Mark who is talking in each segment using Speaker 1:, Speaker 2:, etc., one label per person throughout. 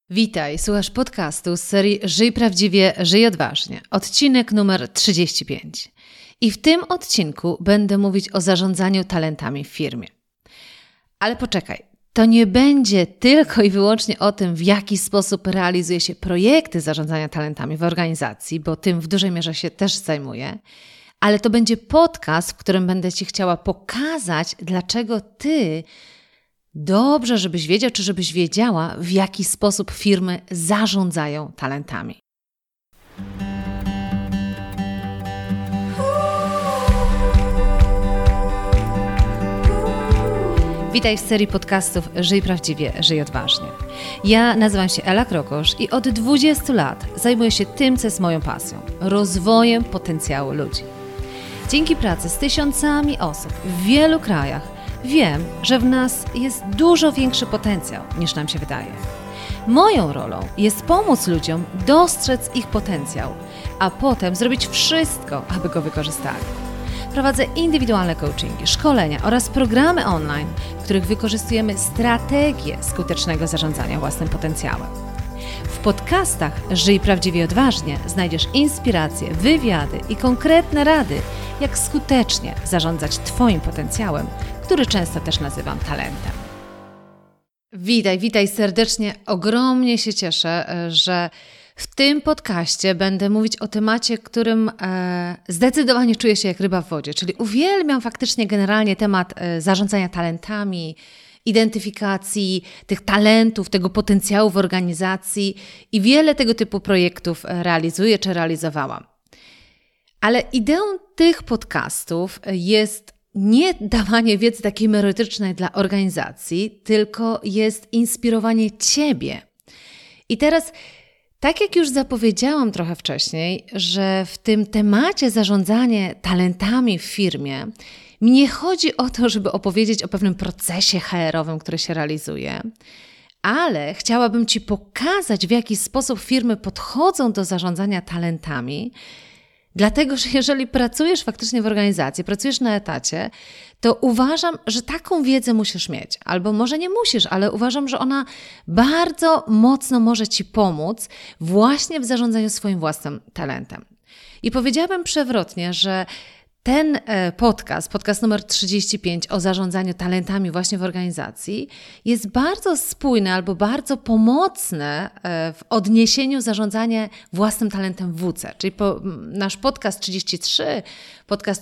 Speaker 1: Witaj, słuchasz podcastu z serii Żyj Prawdziwie, Żyj Odważnie, odcinek numer 35. I w tym odcinku będę mówić o zarządzaniu talentami w firmie. Ale poczekaj, to nie będzie tylko i wyłącznie o tym, w jaki sposób realizuje się projekty zarządzania talentami w organizacji, bo tym w dużej mierze się też zajmuję, ale to będzie podcast, w którym będę Ci chciała pokazać, dlaczego Ty dobrze, żebyś wiedział, czy żebyś wiedziała, w jaki sposób firmy zarządzają talentami. Witaj w serii podcastów Żyj Prawdziwie, Żyj Odważnie. Ja nazywam się Ela Krokosz i od 20 lat zajmuję się tym, co jest moją pasją – rozwojem potencjału ludzi. Dzięki pracy z tysiącami osób w wielu krajach wiem, że w nas jest dużo większy potencjał, niż nam się wydaje. Moją rolą jest pomóc ludziom dostrzec ich potencjał, a potem zrobić wszystko, aby go wykorzystali. Prowadzę indywidualne coachingi, szkolenia oraz programy online, w których wykorzystujemy strategię skutecznego zarządzania własnym potencjałem. W podcastach Żyj Prawdziwie Odważnie znajdziesz inspiracje, wywiady i konkretne rady, jak skutecznie zarządzać Twoim potencjałem, który często też nazywam talentem. Witaj serdecznie. Ogromnie się cieszę, że w tym podcaście będę mówić o temacie, którym zdecydowanie czuję się jak ryba w wodzie, czyli uwielbiam faktycznie generalnie temat zarządzania talentami, identyfikacji tych talentów, tego potencjału w organizacji i wiele tego typu projektów realizuję czy realizowałam. Ale ideą tych podcastów jest nie dawanie wiedzy takiej merytorycznej dla organizacji, tylko jest inspirowanie Ciebie. I teraz, tak jak już zapowiedziałam trochę wcześniej, że w tym temacie zarządzanie talentami w firmie mi nie chodzi o to, żeby opowiedzieć o pewnym procesie HR-owym, który się realizuje, ale chciałabym Ci pokazać, w jaki sposób firmy podchodzą do zarządzania talentami, dlatego, że jeżeli pracujesz faktycznie w organizacji, pracujesz na etacie, to uważam, że taką wiedzę musisz mieć. Albo może nie musisz, ale uważam, że ona bardzo mocno może Ci pomóc właśnie w zarządzaniu swoim własnym talentem. I powiedziałabym przewrotnie, że ten podcast numer 35 o zarządzaniu talentami właśnie w organizacji jest bardzo spójny albo bardzo pomocny w odniesieniu zarządzania własnym talentem w WC. Czyli nasz podcast 33, podcast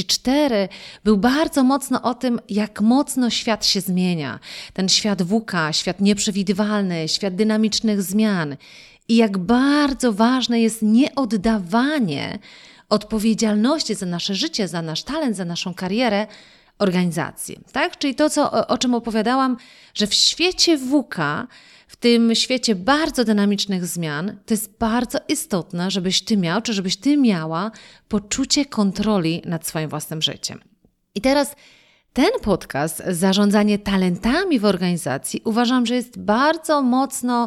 Speaker 1: 34 był bardzo mocno o tym, jak mocno świat się zmienia. Ten świat WK, świat nieprzewidywalny, świat dynamicznych zmian i jak bardzo ważne jest nieoddawanie odpowiedzialności za nasze życie, za nasz talent, za naszą karierę organizacji. Tak? Czyli to, o czym opowiadałam, że w świecie WK, w tym świecie bardzo dynamicznych zmian, to jest bardzo istotne, żebyś Ty miał, czy żebyś Ty miała poczucie kontroli nad swoim własnym życiem. I teraz ten podcast, zarządzanie talentami w organizacji, uważam, że jest bardzo mocno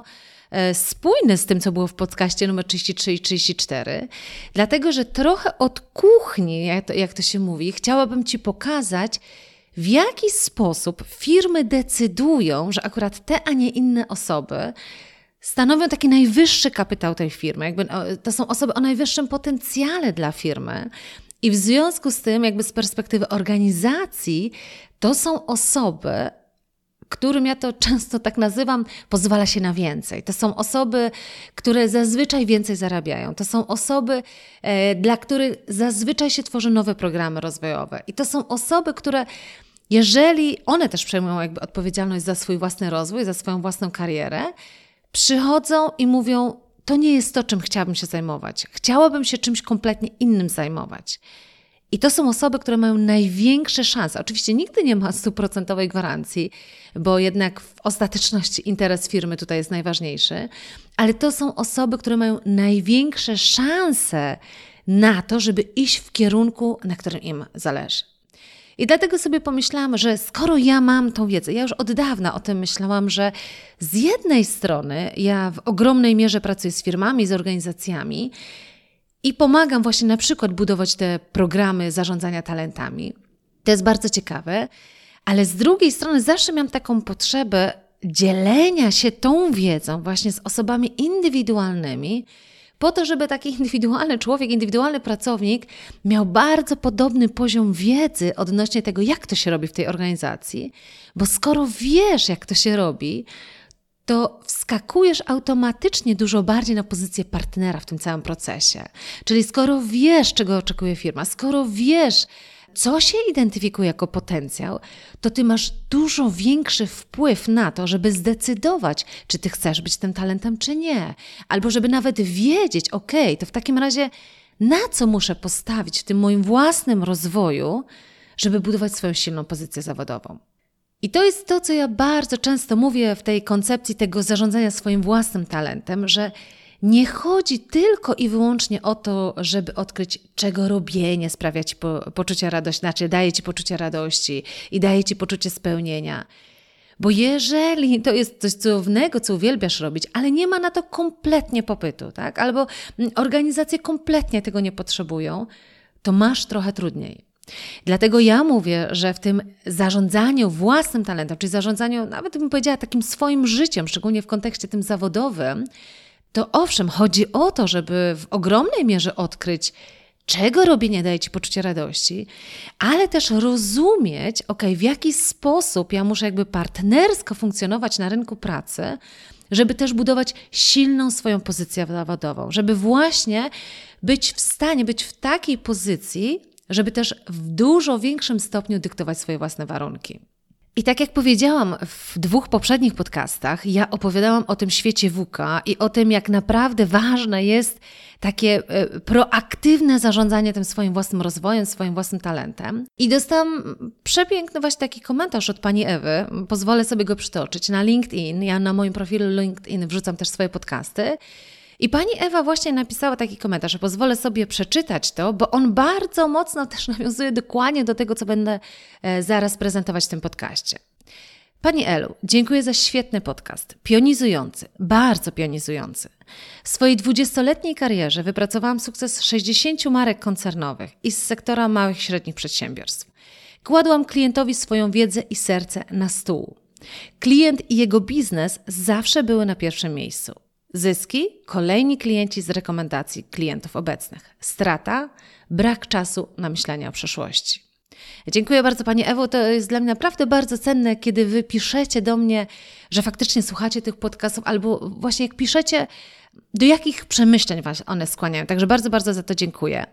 Speaker 1: spójny z tym, co było w podcaście numer 33 i 34, dlatego, że trochę od kuchni, jak to się mówi, chciałabym Ci pokazać, w jaki sposób firmy decydują, że akurat te, a nie inne osoby stanowią taki najwyższy kapitał tej firmy. To są osoby o najwyższym potencjale dla firmy i w związku z tym, z perspektywy organizacji, to są osoby, którym ja to często tak nazywam, pozwala się na więcej. To są osoby, które zazwyczaj więcej zarabiają. To są osoby, dla których zazwyczaj się tworzy nowe programy rozwojowe. I to są osoby, które jeżeli one też przejmują odpowiedzialność za swój własny rozwój, za swoją własną karierę, przychodzą i mówią, to nie jest to, czym chciałabym się zajmować. Chciałabym się czymś kompletnie innym zajmować. I to są osoby, które mają największe szanse. Oczywiście nigdy nie ma 100% gwarancji, bo jednak w ostateczności interes firmy tutaj jest najważniejszy, ale to są osoby, które mają największe szanse na to, żeby iść w kierunku, na którym im zależy. I dlatego sobie pomyślałam, że skoro ja mam tą wiedzę, ja już od dawna o tym myślałam, że z jednej strony ja w ogromnej mierze pracuję z firmami, z organizacjami, i pomagam właśnie na przykład budować te programy zarządzania talentami. To jest bardzo ciekawe, ale z drugiej strony zawsze miałam taką potrzebę dzielenia się tą wiedzą właśnie z osobami indywidualnymi, po to, żeby taki indywidualny człowiek, indywidualny pracownik miał bardzo podobny poziom wiedzy odnośnie tego, jak to się robi w tej organizacji, bo skoro wiesz, jak to się robi, to wskakujesz automatycznie dużo bardziej na pozycję partnera w tym całym procesie. Czyli skoro wiesz, czego oczekuje firma, skoro wiesz, co się identyfikuje jako potencjał, to ty masz dużo większy wpływ na to, żeby zdecydować, czy ty chcesz być tym talentem, czy nie. Albo żeby nawet wiedzieć, to w takim razie na co muszę postawić w tym moim własnym rozwoju, żeby budować swoją silną pozycję zawodową. I to jest to, co ja bardzo często mówię w tej koncepcji tego zarządzania swoim własnym talentem, że nie chodzi tylko i wyłącznie o to, żeby odkryć, czego robienie sprawia Ci poczucie radości, znaczy daje Ci poczucie radości i daje Ci poczucie spełnienia. Bo jeżeli to jest coś cudownego, co uwielbiasz robić, ale nie ma na to kompletnie popytu, tak? Albo organizacje kompletnie tego nie potrzebują, to masz trochę trudniej. Dlatego ja mówię, że w tym zarządzaniu własnym talentem, czyli zarządzaniu, nawet bym powiedziała, takim swoim życiem, szczególnie w kontekście tym zawodowym, to owszem, chodzi o to, żeby w ogromnej mierze odkryć, czego robienie daje Ci poczucie radości, ale też rozumieć, w jaki sposób ja muszę partnersko funkcjonować na rynku pracy, żeby też budować silną swoją pozycję zawodową, żeby właśnie być w stanie, być w takiej pozycji, żeby też w dużo większym stopniu dyktować swoje własne warunki. I tak jak powiedziałam w 2 poprzednich podcastach, ja opowiadałam o tym świecie VUCA i o tym, jak naprawdę ważne jest takie proaktywne zarządzanie tym swoim własnym rozwojem, swoim własnym talentem. I dostałam przepiękny właśnie taki komentarz od pani Ewy, pozwolę sobie go przytoczyć, na LinkedIn. Ja na moim profilu LinkedIn wrzucam też swoje podcasty. I pani Ewa właśnie napisała taki komentarz, że pozwolę sobie przeczytać to, bo on bardzo mocno też nawiązuje dokładnie do tego, co będę zaraz prezentować w tym podcaście. Pani Elu, dziękuję za świetny podcast, pionizujący, bardzo pionizujący. W swojej 20-letniej karierze wypracowałam sukces 60 marek koncernowych i z sektora małych i średnich przedsiębiorstw. Kładłam klientowi swoją wiedzę i serce na stół. Klient i jego biznes zawsze były na pierwszym miejscu. Zyski, kolejni klienci z rekomendacji klientów obecnych. Strata, brak czasu na myślenie o przyszłości. Dziękuję bardzo Pani Ewo, to jest dla mnie naprawdę bardzo cenne, kiedy Wy piszecie do mnie, że faktycznie słuchacie tych podcastów, albo właśnie jak piszecie, do jakich przemyśleń Was one skłaniają. Także bardzo, bardzo za to dziękuję.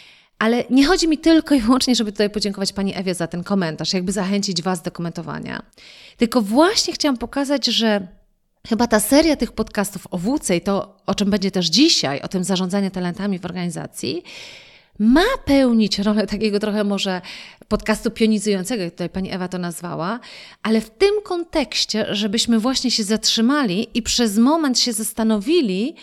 Speaker 1: Ale nie chodzi mi tylko i wyłącznie, żeby tutaj podziękować Pani Ewie za ten komentarz, zachęcić Was do komentowania. Tylko właśnie chciałam pokazać, że chyba ta seria tych podcastów o VUCA i to, o czym będzie też dzisiaj, o tym zarządzaniu talentami w organizacji, ma pełnić rolę takiego trochę może podcastu pionizującego, jak tutaj Pani Ewa to nazwała, ale w tym kontekście, żebyśmy właśnie się zatrzymali i przez moment się zastanowili,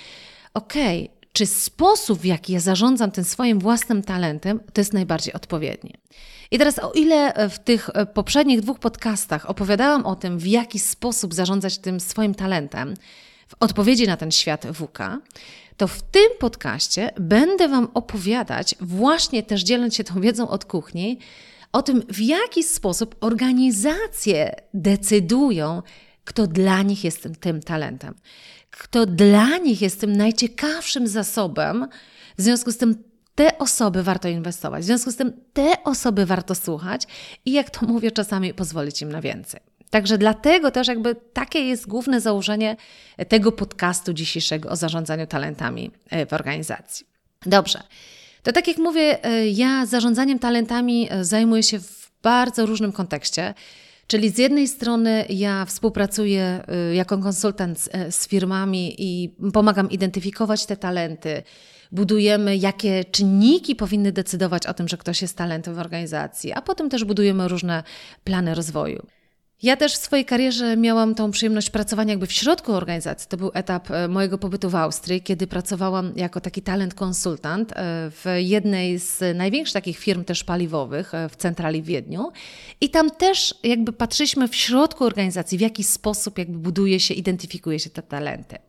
Speaker 1: czy sposób, w jaki ja zarządzam tym swoim własnym talentem, to jest najbardziej odpowiedni. I teraz o ile w tych poprzednich 2 podcastach opowiadałam o tym, w jaki sposób zarządzać tym swoim talentem w odpowiedzi na ten świat VUCA, to w tym podcaście będę Wam opowiadać, właśnie też dzieląc się tą wiedzą od kuchni, o tym, w jaki sposób organizacje decydują, kto dla nich jest tym talentem, kto dla nich jest tym najciekawszym zasobem, w związku z tym te osoby warto inwestować, w związku z tym te osoby warto słuchać i jak to mówię czasami pozwolić im na więcej. Także dlatego też takie jest główne założenie tego podcastu dzisiejszego o zarządzaniu talentami w organizacji. Dobrze, to tak jak mówię, ja zarządzaniem talentami zajmuję się w bardzo różnym kontekście. Czyli z jednej strony ja współpracuję jako konsultant z firmami i pomagam identyfikować te talenty, budujemy, jakie czynniki powinny decydować o tym, że ktoś jest talentem w organizacji, a potem też budujemy różne plany rozwoju. Ja też w swojej karierze miałam tą przyjemność pracowania w środku organizacji. To był etap mojego pobytu w Austrii, kiedy pracowałam jako taki talent konsultant w jednej z największych takich firm też paliwowych w centrali w Wiedniu. I tam też patrzyliśmy w środku organizacji, w jaki sposób buduje się, identyfikuje się te talenty.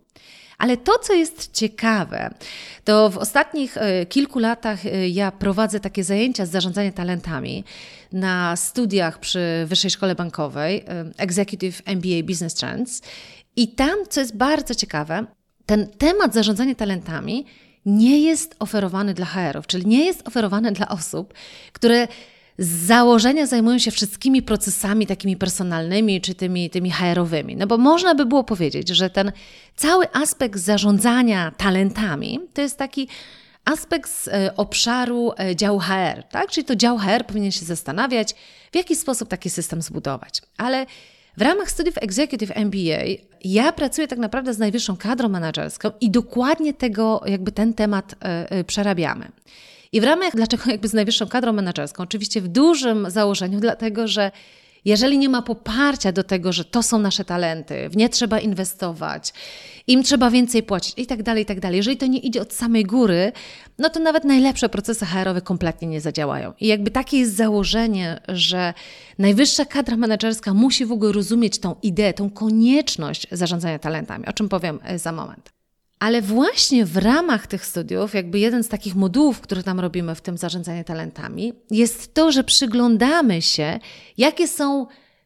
Speaker 1: Ale to, co jest ciekawe, to w ostatnich kilku latach ja prowadzę takie zajęcia z zarządzania talentami na studiach przy Wyższej Szkole Bankowej, Executive MBA Business Trends. I tam, co jest bardzo ciekawe, ten temat zarządzania talentami nie jest oferowany dla HR-ów, czyli nie jest oferowany dla osób, które z założenia zajmują się wszystkimi procesami takimi personalnymi czy tymi HR-owymi. No bo można by było powiedzieć, że ten cały aspekt zarządzania talentami to jest taki aspekt z obszaru działu HR, tak? Czyli to dział HR powinien się zastanawiać, w jaki sposób taki system zbudować. Ale w ramach studiów Executive MBA ja pracuję tak naprawdę z najwyższą kadrą menedżerską i dokładnie ten temat przerabiamy. I w ramach, dlaczego z najwyższą kadrą menedżerską? Oczywiście w dużym założeniu, dlatego że jeżeli nie ma poparcia do tego, że to są nasze talenty, w nie trzeba inwestować, im trzeba więcej płacić i tak dalej, jeżeli to nie idzie od samej góry, no to nawet najlepsze procesy HR-owe kompletnie nie zadziałają. I takie jest założenie, że najwyższa kadra menedżerska musi w ogóle rozumieć tą ideę, tą konieczność zarządzania talentami, o czym powiem za moment. Ale właśnie w ramach tych studiów, jeden z takich modułów, które tam robimy w tym zarządzaniu talentami, jest to, że przyglądamy się, jakie są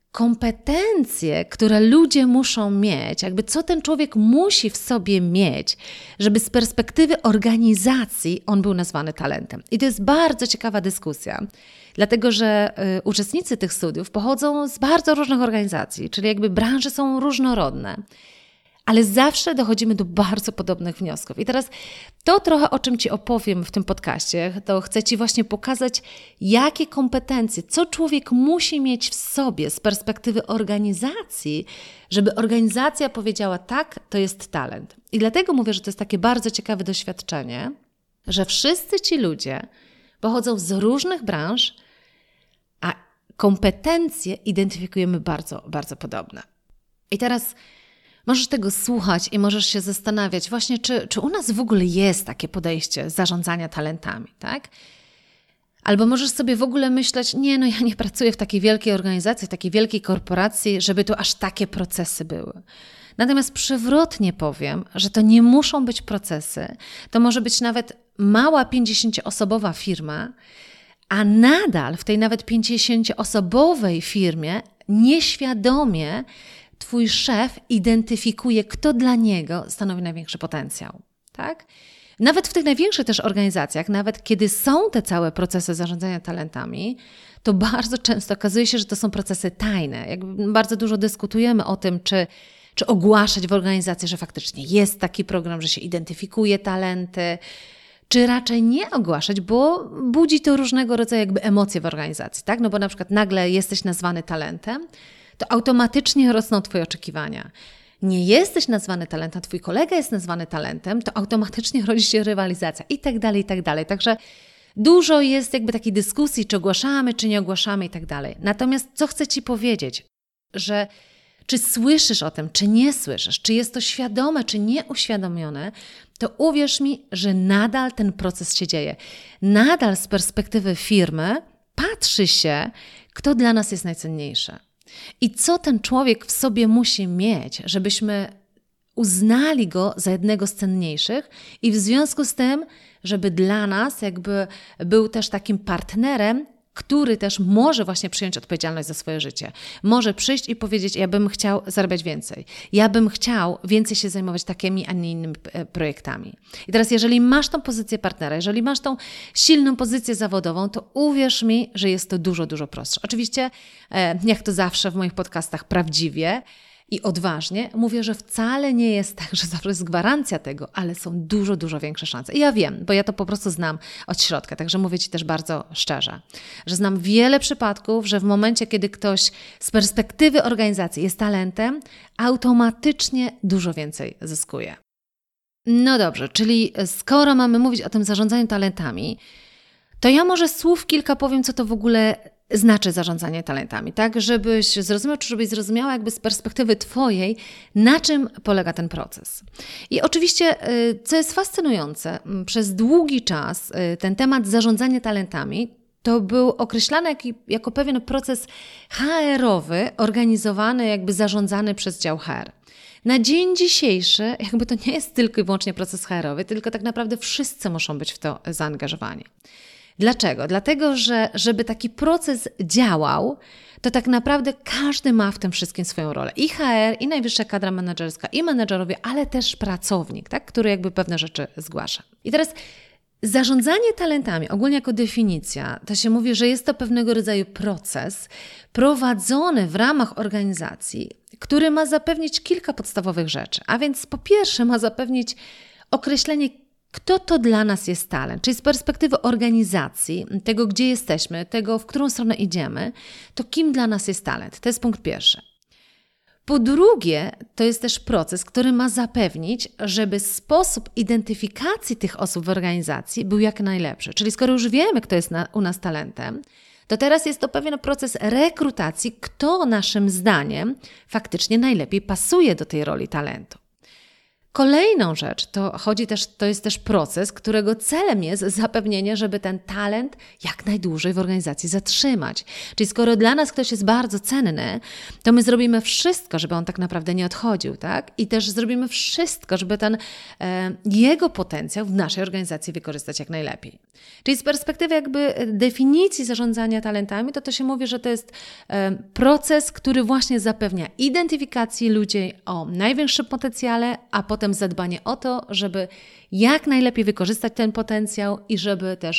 Speaker 1: kompetencje, które ludzie muszą mieć, co ten człowiek musi w sobie mieć, żeby z perspektywy organizacji on był nazwany talentem. I to jest bardzo ciekawa dyskusja, dlatego że uczestnicy tych studiów pochodzą z bardzo różnych organizacji, czyli branże są różnorodne. Ale zawsze dochodzimy do bardzo podobnych wniosków. I teraz to trochę, o czym Ci opowiem w tym podcaście, to chcę Ci właśnie pokazać, jakie kompetencje, co człowiek musi mieć w sobie z perspektywy organizacji, żeby organizacja powiedziała tak, to jest talent. I dlatego mówię, że to jest takie bardzo ciekawe doświadczenie, że wszyscy ci ludzie pochodzą z różnych branż, a kompetencje identyfikujemy bardzo, bardzo podobne. I teraz możesz tego słuchać i możesz się zastanawiać właśnie, czy u nas w ogóle jest takie podejście zarządzania talentami, tak? Albo możesz sobie w ogóle myśleć, ja nie pracuję w takiej wielkiej organizacji, w takiej wielkiej korporacji, żeby tu aż takie procesy były. Natomiast przewrotnie powiem, że to nie muszą być procesy, to może być nawet mała 50-osobowa firma, a nadal w tej nawet 50-osobowej firmie nieświadomie Twój szef identyfikuje, kto dla niego stanowi największy potencjał, tak? Nawet w tych największych też organizacjach, nawet kiedy są te całe procesy zarządzania talentami, to bardzo często okazuje się, że to są procesy tajne. Bardzo dużo dyskutujemy o tym, czy ogłaszać w organizacji, że faktycznie jest taki program, że się identyfikuje talenty, czy raczej nie ogłaszać, bo budzi to różnego rodzaju emocje w organizacji, tak? No bo na przykład nagle jesteś nazwany talentem, to automatycznie rosną Twoje oczekiwania. Nie jesteś nazwany talentem, Twój kolega jest nazwany talentem, to automatycznie rodzi się rywalizacja i tak dalej, i tak dalej. Także dużo jest takiej dyskusji, czy ogłaszamy, czy nie ogłaszamy i tak dalej. Natomiast co chcę Ci powiedzieć, że czy słyszysz o tym, czy nie słyszysz, czy jest to świadome, czy nieuświadomione, to uwierz mi, że nadal ten proces się dzieje. Nadal z perspektywy firmy patrzy się, kto dla nas jest najcenniejszy. I co ten człowiek w sobie musi mieć, żebyśmy uznali go za jednego z cenniejszych i w związku z tym, żeby dla nas był też takim partnerem, który też może właśnie przyjąć odpowiedzialność za swoje życie. Może przyjść i powiedzieć, ja bym chciał zarabiać więcej. Ja bym chciał więcej się zajmować takimi, a nie innymi projektami. I teraz jeżeli masz tą pozycję partnera, jeżeli masz tą silną pozycję zawodową, to uwierz mi, że jest to dużo, dużo prostsze. Oczywiście, jak to zawsze w moich podcastach, prawdziwie i odważnie mówię, że wcale nie jest tak, że zawsze jest gwarancja tego, ale są dużo, dużo większe szanse. I ja wiem, bo ja to po prostu znam od środka, także mówię Ci też bardzo szczerze, że znam wiele przypadków, że w momencie, kiedy ktoś z perspektywy organizacji jest talentem, automatycznie dużo więcej zyskuje. No dobrze, czyli skoro mamy mówić o tym zarządzaniu talentami, to ja może słów kilka powiem, co to w ogóle znaczy zarządzanie talentami, tak? Żebyś zrozumiał, czy żebyś zrozumiała z perspektywy Twojej, na czym polega ten proces. I oczywiście, co jest fascynujące, przez długi czas ten temat zarządzania talentami to był określany jako pewien proces HR-owy, organizowany, zarządzany przez dział HR. Na dzień dzisiejszy jakby to nie jest tylko i wyłącznie proces HR-owy, tylko tak naprawdę wszyscy muszą być w to zaangażowani. Dlaczego? Dlatego, że żeby taki proces działał, to tak naprawdę każdy ma w tym wszystkim swoją rolę. I HR, i najwyższa kadra menedżerska, i menedżerowie, ale też pracownik, tak, który jakby pewne rzeczy zgłasza. I teraz zarządzanie talentami, ogólnie jako definicja, to się mówi, że jest to pewnego rodzaju proces prowadzony w ramach organizacji, który ma zapewnić kilka podstawowych rzeczy. A więc po pierwsze ma zapewnić określenie, kto to dla nas jest talent, czyli z perspektywy organizacji, tego gdzie jesteśmy, tego w którą stronę idziemy, to kim dla nas jest talent. To jest punkt pierwszy. Po drugie, to jest też proces, który ma zapewnić, żeby sposób identyfikacji tych osób w organizacji był jak najlepszy. Czyli skoro już wiemy, kto jest u nas talentem, to teraz jest to pewien proces rekrutacji, kto naszym zdaniem faktycznie najlepiej pasuje do tej roli talentu. Kolejną rzecz to jest też proces, którego celem jest zapewnienie, żeby ten talent jak najdłużej w organizacji zatrzymać. Czyli skoro dla nas ktoś jest bardzo cenny, to my zrobimy wszystko, żeby on tak naprawdę nie odchodził, tak? I też zrobimy wszystko, żeby ten jego potencjał w naszej organizacji wykorzystać jak najlepiej. Czyli z perspektywy jakby definicji zarządzania talentami, to się mówi, że to jest proces, który właśnie zapewnia identyfikację ludzi o największym potencjale, a potem zadbanie o to, żeby jak najlepiej wykorzystać ten potencjał i żeby też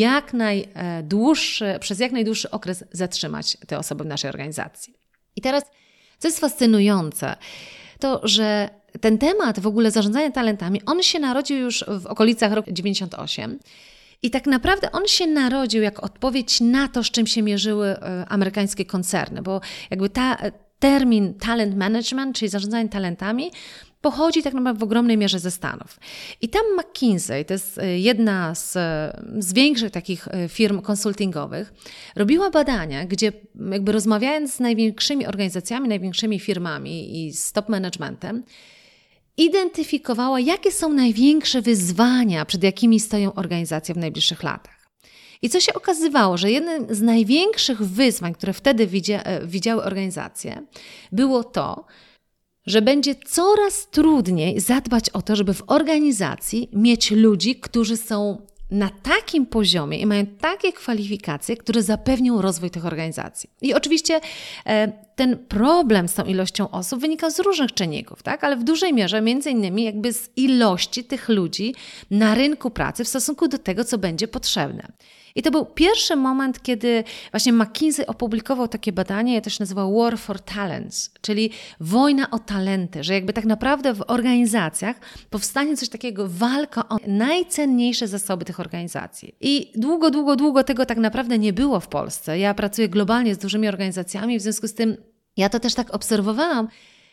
Speaker 1: przez jak najdłuższy okres zatrzymać te osoby w naszej organizacji. I teraz, co jest fascynujące, to że ten temat w ogóle zarządzania talentami, on się narodził już w okolicach roku 98 i tak naprawdę on się narodził jako odpowiedź na to, z czym się mierzyły amerykańskie koncerny, bo jakby termin talent management, czyli zarządzanie talentami, pochodzi tak naprawdę w ogromnej mierze ze Stanów. I tam McKinsey, to jest jedna z większych takich firm konsultingowych, robiła badania, gdzie jakby rozmawiając z największymi organizacjami, największymi firmami i z top managementem, identyfikowała, jakie są największe wyzwania, przed jakimi stoją organizacje w najbliższych latach. I co się okazywało, że jednym z największych wyzwań, które wtedy widziały organizacje, było to, że będzie coraz trudniej zadbać o to, żeby w organizacji mieć ludzi, którzy są na takim poziomie i mają takie kwalifikacje, które zapewnią rozwój tych organizacji. I oczywiście ten problem z tą ilością osób wynika z różnych czynników, tak? Ale w dużej mierze między innymi jakby z ilości tych ludzi na rynku pracy w stosunku do tego, co będzie potrzebne. I to był pierwszy moment, kiedy właśnie McKinsey opublikował takie badanie, to się nazywa War for Talents, czyli wojna o talenty, że jakby tak naprawdę w organizacjach powstanie coś takiego, walka o najcenniejsze zasoby tych organizacji. I długo tego tak naprawdę nie było w Polsce. Ja pracuję globalnie z dużymi organizacjami, w związku z tym ja to też tak obserwowałam,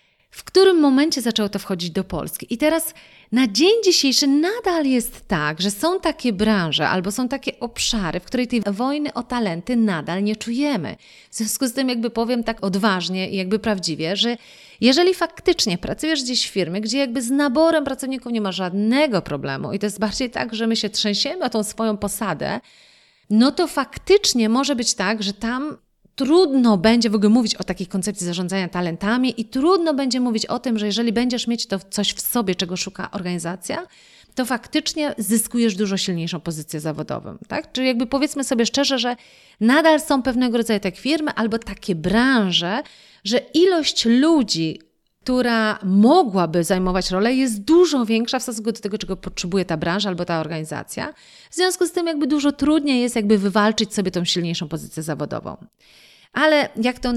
Speaker 1: w którym momencie zaczęło to wchodzić do Polski. I teraz na dzień dzisiejszy nadal jest tak, że są takie branże albo są takie obszary, w której tej wojny o talenty nadal nie czujemy. W związku z tym jakby powiem tak odważnie i jakby prawdziwie, że jeżeli faktycznie pracujesz gdzieś w firmie, gdzie jakby z naborem pracowników nie ma żadnego problemu i to jest bardziej tak, że my się trzęsiemy o tą swoją posadę, no to faktycznie może być tak, że tam trudno będzie w ogóle mówić o takiej koncepcji zarządzania talentami i trudno będzie mówić o tym, że jeżeli będziesz mieć to coś w sobie, czego szuka organizacja, to faktycznie zyskujesz dużo silniejszą pozycję zawodową, tak? Czyli jakby powiedzmy sobie szczerze, że nadal są pewnego rodzaju takie firmy albo takie branże, że ilość ludzi, która mogłaby zajmować rolę, jest dużo większa w stosunku do tego, czego potrzebuje ta branża albo ta organizacja. W związku z tym jakby dużo trudniej jest jakby wywalczyć sobie tą silniejszą pozycję zawodową. Ale jak to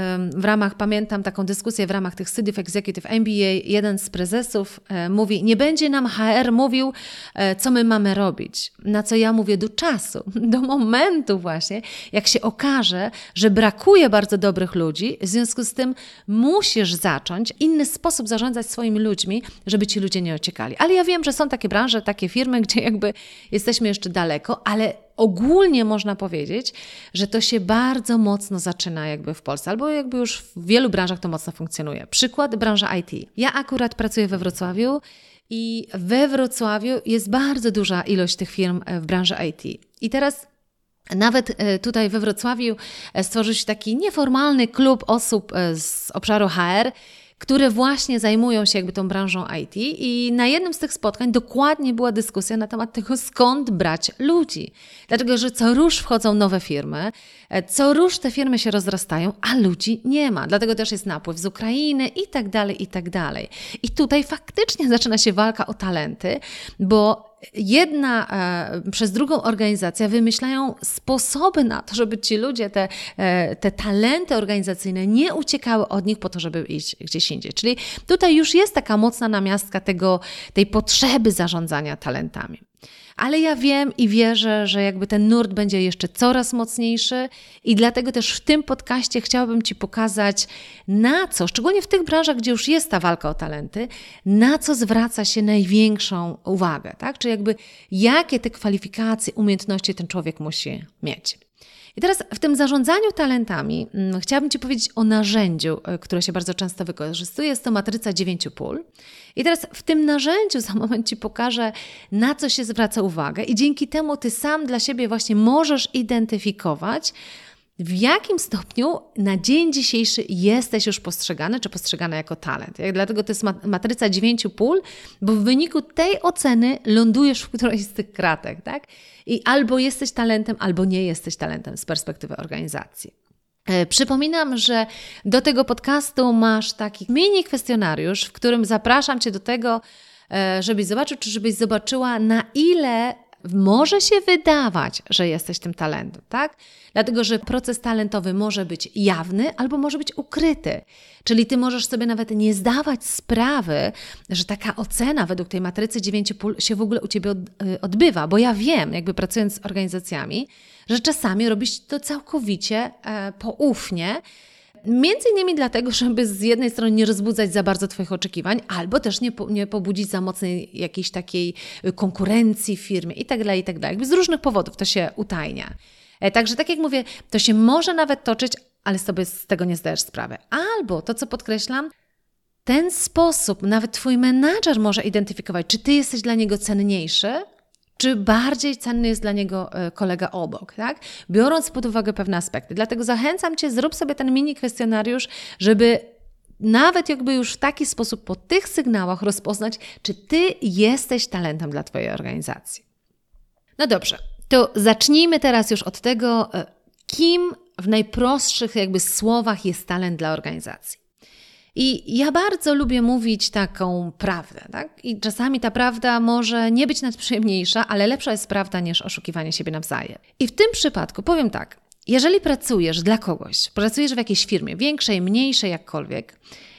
Speaker 1: w ramach, pamiętam taką dyskusję w ramach tych studiów Executive MBA, jeden z prezesów mówi, nie będzie nam HR mówił, co my mamy robić. Na co ja mówię, do czasu, do momentu właśnie, jak się okaże, że brakuje bardzo dobrych ludzi, w związku z tym musisz zacząć inny sposób zarządzać swoimi ludźmi, żeby ci ludzie nie uciekali. Ale ja wiem, że są takie branże, takie firmy, gdzie jakby jesteśmy jeszcze daleko, ale ogólnie można powiedzieć, że to się bardzo mocno zaczyna jakby w Polsce, albo jakby już w wielu branżach to mocno funkcjonuje. Przykład, branża IT. Ja akurat pracuję we Wrocławiu i we Wrocławiu jest bardzo duża ilość tych firm w branży IT. I teraz nawet tutaj we Wrocławiu stworzył się taki nieformalny klub osób z obszaru HR, które właśnie zajmują się jakby tą branżą IT i na jednym z tych spotkań dokładnie była dyskusja na temat tego, skąd brać ludzi. Dlatego, że co rusz wchodzą nowe firmy, co rusz te firmy się rozrastają, a ludzi nie ma. Dlatego też jest napływ z Ukrainy i tak dalej, i tak dalej. I tutaj faktycznie zaczyna się walka o talenty, bo jedna przez drugą organizacja wymyślają sposoby na to, żeby ci ludzie, te talenty organizacyjne nie uciekały od nich po to, żeby iść gdzieś indziej. Czyli tutaj już jest taka mocna namiastka tej potrzeby zarządzania talentami. Ale ja wiem i wierzę, że jakby ten nurt będzie jeszcze coraz mocniejszy i dlatego też w tym podcaście chciałabym Ci pokazać, na co, szczególnie w tych branżach, gdzie już jest ta walka o talenty, na co zwraca się największą uwagę, tak? Czy jakby jakie te kwalifikacje, umiejętności ten człowiek musi mieć. I teraz w tym zarządzaniu talentami chciałabym Ci powiedzieć o narzędziu, które się bardzo często wykorzystuje. Jest to matryca 9 pól. I teraz w tym narzędziu za moment Ci pokażę, na co się zwraca uwagę i dzięki temu Ty sam dla siebie właśnie możesz identyfikować, w jakim stopniu na dzień dzisiejszy jesteś już postrzegany czy postrzegana jako talent. Dlatego to jest matryca 9 pól, bo w wyniku tej oceny lądujesz w którejś z tych kratek, tak? I albo jesteś talentem, albo nie jesteś talentem z perspektywy organizacji. Przypominam, że do tego podcastu masz taki mini kwestionariusz, w którym zapraszam Cię do tego, żebyś zobaczył, czy żebyś zobaczyła, na ile może się wydawać, że jesteś tym talentem, tak? Dlatego, że proces talentowy może być jawny albo może być ukryty. Czyli Ty możesz sobie nawet nie zdawać sprawy, że taka ocena według tej matrycy 9 pól się w ogóle u Ciebie odbywa. Bo ja wiem, jakby pracując z organizacjami, że czasami robisz to całkowicie poufnie, między innymi dlatego, żeby z jednej strony nie rozbudzać za bardzo Twoich oczekiwań, albo też nie pobudzić za mocnej jakiejś takiej konkurencji w firmie i tak dalej, i tak dalej. Jakby z różnych powodów to się utajnia. Także tak jak mówię, to się może nawet toczyć, ale sobie z tego nie zdajesz sprawy. Albo to, co podkreślam, ten sposób nawet Twój menadżer może identyfikować, czy Ty jesteś dla niego cenniejszy, czy bardziej cenny jest dla niego kolega obok, tak? Biorąc pod uwagę pewne aspekty. Dlatego zachęcam Cię, zrób sobie ten mini kwestionariusz, żeby nawet jakby już w taki sposób po tych sygnałach rozpoznać, czy Ty jesteś talentem dla Twojej organizacji. No dobrze, to zacznijmy teraz już od tego, kim w najprostszych jakby słowach jest talent dla organizacji. I ja bardzo lubię mówić taką prawdę, tak? I czasami ta prawda może nie być najprzyjemniejsza, ale lepsza jest prawda niż oszukiwanie siebie nawzajem. I w tym przypadku powiem tak, jeżeli pracujesz dla kogoś, pracujesz w jakiejś firmie, większej, mniejszej, jakkolwiek,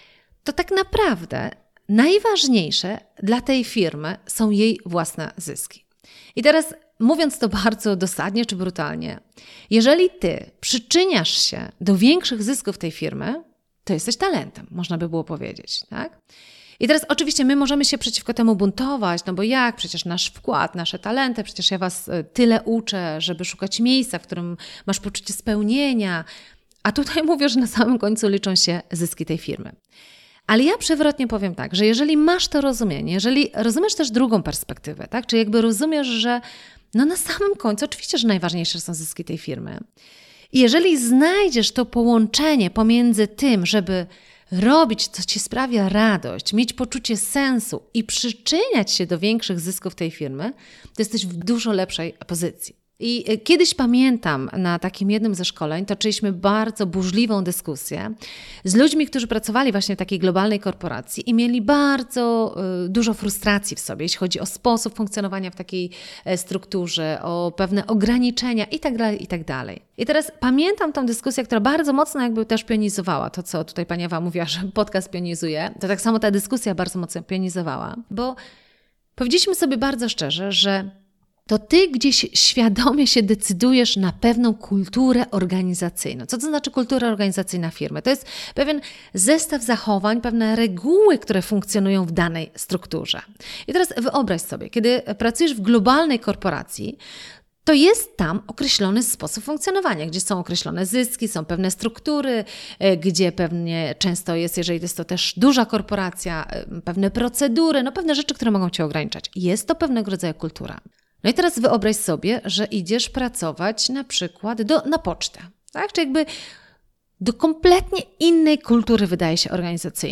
Speaker 1: to tak naprawdę najważniejsze dla tej firmy są jej własne zyski. I teraz mówiąc to bardzo dosadnie czy brutalnie, jeżeli Ty przyczyniasz się do większych zysków tej firmy, to jesteś talentem, można by było powiedzieć, tak? I teraz oczywiście my możemy się przeciwko temu buntować, no bo jak? Przecież nasz wkład, nasze talenty, przecież ja Was tyle uczę, żeby szukać miejsca, w którym masz poczucie spełnienia, a tutaj mówię, że na samym końcu liczą się zyski tej firmy. Ale ja przewrotnie powiem tak, że jeżeli masz to rozumienie, jeżeli rozumiesz też drugą perspektywę, tak? Czyli jakby rozumiesz, że no na samym końcu oczywiście, że najważniejsze są zyski tej firmy. I jeżeli znajdziesz to połączenie pomiędzy tym, żeby robić, co Ci sprawia radość, mieć poczucie sensu i przyczyniać się do większych zysków tej firmy, to jesteś w dużo lepszej pozycji. I kiedyś pamiętam, na takim jednym ze szkoleń toczyliśmy bardzo burzliwą dyskusję z ludźmi, którzy pracowali właśnie w takiej globalnej korporacji i mieli bardzo dużo frustracji w sobie, jeśli chodzi o sposób funkcjonowania w takiej strukturze, o pewne ograniczenia itd., itd. I teraz pamiętam tą dyskusję, która bardzo mocno jakby też pionizowała to, co tutaj pani Ewa mówiła, że podcast pionizuje. To tak samo ta dyskusja bardzo mocno pionizowała, bo powiedzieliśmy sobie bardzo szczerze, że to Ty gdzieś świadomie się decydujesz na pewną kulturę organizacyjną. Co to znaczy kultura organizacyjna firmy? To jest pewien zestaw zachowań, pewne reguły, które funkcjonują w danej strukturze. I teraz wyobraź sobie, kiedy pracujesz w globalnej korporacji, to jest tam określony sposób funkcjonowania, gdzie są określone zyski, są pewne struktury, gdzie pewnie często jest, jeżeli jest to też duża korporacja, pewne procedury, no pewne rzeczy, które mogą Cię ograniczać. Jest to pewnego rodzaju kultura. No i teraz wyobraź sobie, że idziesz pracować na przykład na pocztę, tak? Czy jakby do kompletnie innej kultury, wydaje się, organizacyjnej.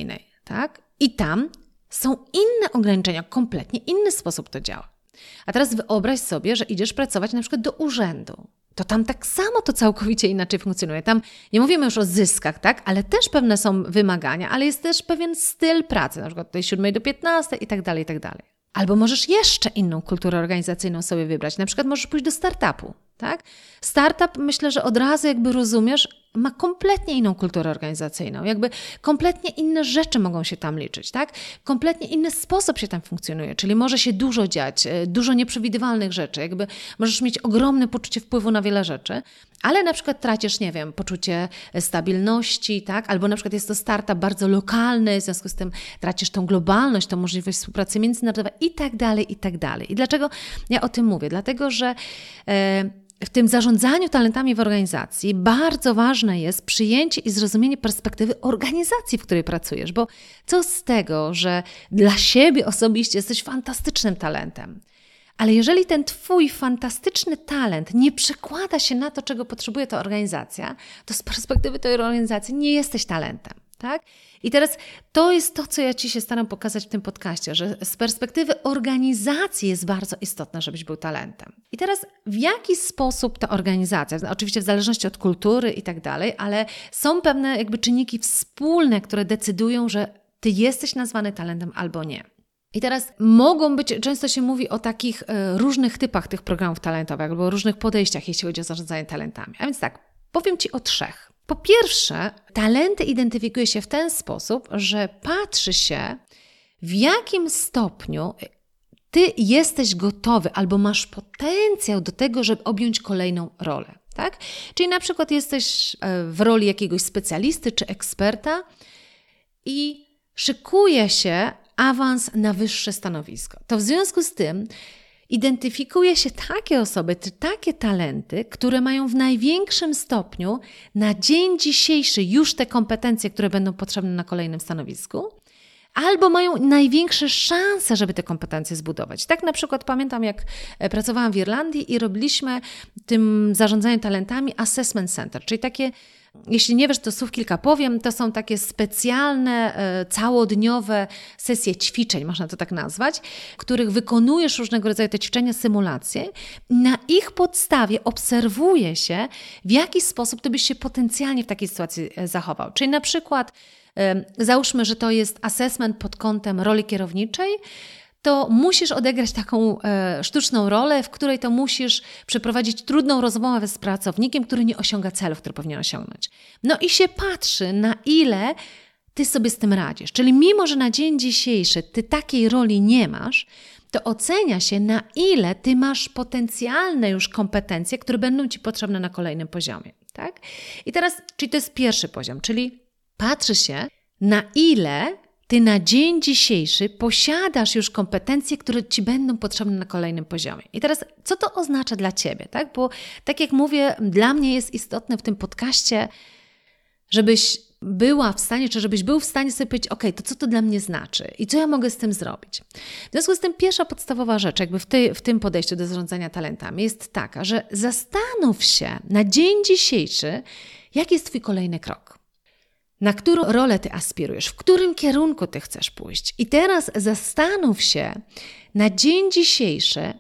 Speaker 1: tak? I tam są inne ograniczenia, kompletnie inny sposób to działa. A teraz wyobraź sobie, że idziesz pracować na przykład do urzędu. To tam tak samo to całkowicie inaczej funkcjonuje. Tam nie mówimy już o zyskach, tak? Ale też pewne są wymagania, ale jest też pewien styl pracy, na przykład od 7 do 15 i tak dalej, i tak dalej. Albo możesz jeszcze inną kulturę organizacyjną sobie wybrać. Na przykład możesz pójść do startupu, tak? Startup, myślę, że od razu jakby rozumiesz, ma kompletnie inną kulturę organizacyjną. Jakby kompletnie inne rzeczy mogą się tam liczyć, tak? Kompletnie inny sposób się tam funkcjonuje, czyli może się dużo dziać, dużo nieprzewidywalnych rzeczy, jakby możesz mieć ogromne poczucie wpływu na wiele rzeczy, ale na przykład tracisz, nie wiem, poczucie stabilności, tak? Albo na przykład jest to startup bardzo lokalny, w związku z tym tracisz tą globalność, tą możliwość współpracy międzynarodowej i tak dalej, i tak dalej. I dlaczego ja o tym mówię? Dlatego, że w tym zarządzaniu talentami w organizacji bardzo ważne jest przyjęcie i zrozumienie perspektywy organizacji, w której pracujesz, bo co z tego, że dla siebie osobiście jesteś fantastycznym talentem, ale jeżeli ten twój fantastyczny talent nie przekłada się na to, czego potrzebuje ta organizacja, to z perspektywy tej organizacji nie jesteś talentem, tak? I teraz to jest to, co ja Ci się staram pokazać w tym podcaście, że z perspektywy organizacji jest bardzo istotne, żebyś był talentem. I teraz w jaki sposób ta organizacja, oczywiście w zależności od kultury i tak dalej, ale są pewne jakby czynniki wspólne, które decydują, że Ty jesteś nazwany talentem albo nie. I teraz mogą być, często się mówi o takich różnych typach tych programów talentowych albo różnych podejściach, jeśli chodzi o zarządzanie talentami. A więc tak, powiem Ci o 3. Po pierwsze, talenty identyfikuje się w ten sposób, że patrzy się, w jakim stopniu Ty jesteś gotowy albo masz potencjał do tego, żeby objąć kolejną rolę. Tak? Czyli na przykład jesteś w roli jakiegoś specjalisty czy eksperta i szykuje się awans na wyższe stanowisko. To w związku z tym identyfikuje się takie osoby, czy takie talenty, które mają w największym stopniu na dzień dzisiejszy już te kompetencje, które będą potrzebne na kolejnym stanowisku, albo mają największe szanse, żeby te kompetencje zbudować. Tak na przykład pamiętam, jak pracowałam w Irlandii i robiliśmy tym zarządzanie talentami assessment center, czyli takie, jeśli nie wiesz, to słów kilka powiem, to są takie specjalne, całodniowe sesje ćwiczeń, można to tak nazwać, w których wykonujesz różnego rodzaju te ćwiczenia, symulacje. Na ich podstawie obserwuje się, w jaki sposób ty byś się potencjalnie w takiej sytuacji zachował. Czyli na przykład załóżmy, że to jest assessment pod kątem roli kierowniczej, to musisz odegrać taką sztuczną rolę, w której to musisz przeprowadzić trudną rozmowę z pracownikiem, który nie osiąga celów, które powinien osiągnąć. No i się patrzy, na ile ty sobie z tym radzisz. Czyli mimo, że na dzień dzisiejszy ty takiej roli nie masz, to ocenia się, na ile ty masz potencjalne już kompetencje, które będą ci potrzebne na kolejnym poziomie. Tak? I teraz, czyli to jest pierwszy poziom, czyli patrzy się, na ile ty na dzień dzisiejszy posiadasz już kompetencje, które ci będą potrzebne na kolejnym poziomie. I teraz, co to oznacza dla ciebie? Tak? Bo tak jak mówię, dla mnie jest istotne w tym podcaście, żebyś była w stanie, czy żebyś był w stanie sobie powiedzieć, ok, to co to dla mnie znaczy i co ja mogę z tym zrobić. W związku z tym pierwsza podstawowa rzecz jakby w tym podejściu do zarządzania talentami jest taka, że zastanów się na dzień dzisiejszy, jaki jest twój kolejny krok. Na którą rolę ty aspirujesz, w którym kierunku ty chcesz pójść. I teraz zastanów się na dzień dzisiejszy,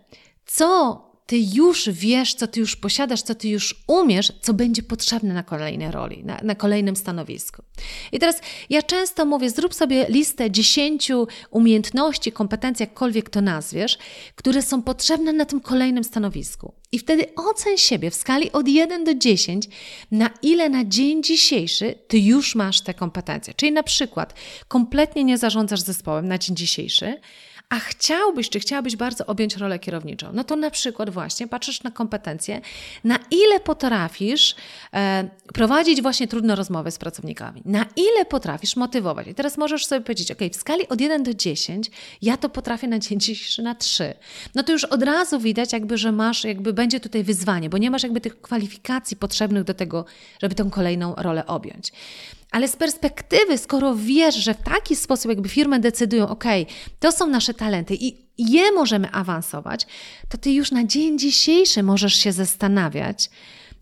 Speaker 1: co ty już wiesz, co ty już posiadasz, co ty już umiesz, co będzie potrzebne na kolejnej roli, na kolejnym stanowisku. I teraz ja często mówię, zrób sobie listę 10 umiejętności, kompetencji, jakkolwiek to nazwiesz, które są potrzebne na tym kolejnym stanowisku. I wtedy oceń siebie w skali od 1 do 10, na ile na dzień dzisiejszy ty już masz te kompetencje. Czyli na przykład kompletnie nie zarządzasz zespołem na dzień dzisiejszy, a chciałabyś bardzo objąć rolę kierowniczą, no to na przykład właśnie patrzysz na kompetencje, na ile potrafisz prowadzić właśnie trudne rozmowy z pracownikami, na ile potrafisz motywować. I teraz możesz sobie powiedzieć, ok, w skali od 1 do 10 ja to potrafię na dzień dzisiejszy na 3. No to już od razu widać że będzie tutaj wyzwanie, bo nie masz tych kwalifikacji potrzebnych do tego, żeby tą kolejną rolę objąć. Ale z perspektywy, skoro wiesz, że w taki sposób firmy decydują, ok, to są nasze talenty i je możemy awansować, to ty już na dzień dzisiejszy możesz się zastanawiać,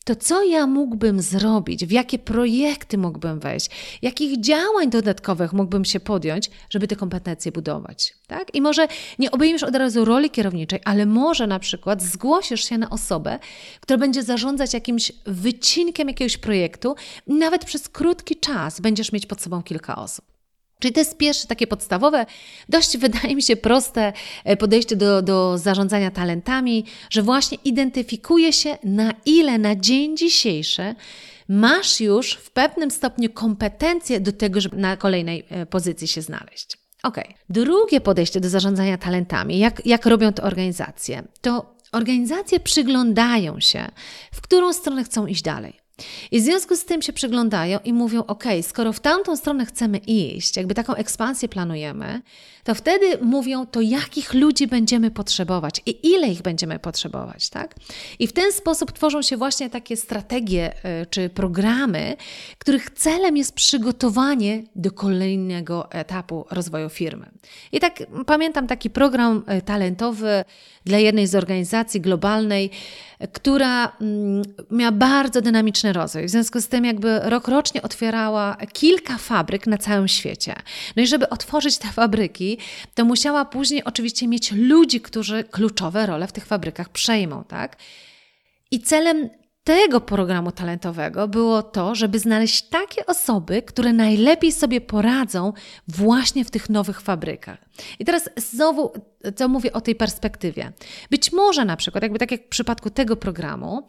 Speaker 1: to co ja mógłbym zrobić, w jakie projekty mógłbym wejść, jakich działań dodatkowych mógłbym się podjąć, żeby te kompetencje budować. Tak? I może nie obejmiesz od razu roli kierowniczej, ale może na przykład zgłosisz się na osobę, która będzie zarządzać jakimś wycinkiem jakiegoś projektu i nawet przez krótki czas będziesz mieć pod sobą kilka osób. Czyli to jest pierwsze takie podstawowe, dość wydaje mi się proste podejście do zarządzania talentami, że właśnie identyfikuje się, na ile na dzień dzisiejszy masz już w pewnym stopniu kompetencje do tego, żeby na kolejnej pozycji się znaleźć. Drugie podejście do zarządzania talentami, jak robią to organizacje, to organizacje przyglądają się, w którą stronę chcą iść dalej. I w związku z tym się przyglądają i mówią, skoro w tamtą stronę chcemy iść, jakby taką ekspansję planujemy, to wtedy mówią, to jakich ludzi będziemy potrzebować i ile ich będziemy potrzebować, tak? I w ten sposób tworzą się właśnie takie strategie czy programy, których celem jest przygotowanie do kolejnego etapu rozwoju firmy. I tak pamiętam taki program talentowy dla jednej z organizacji globalnej, która miała bardzo dynamiczny rozwój. W związku z tym jakby rokrocznie otwierała kilka fabryk na całym świecie. No i żeby otworzyć te fabryki, to musiała później oczywiście mieć ludzi, którzy kluczowe role w tych fabrykach przejmą, tak? I celem tego programu talentowego było to, żeby znaleźć takie osoby, które najlepiej sobie poradzą właśnie w tych nowych fabrykach. I teraz znowu, co mówię o tej perspektywie. Być może na przykład, jakby tak jak w przypadku tego programu,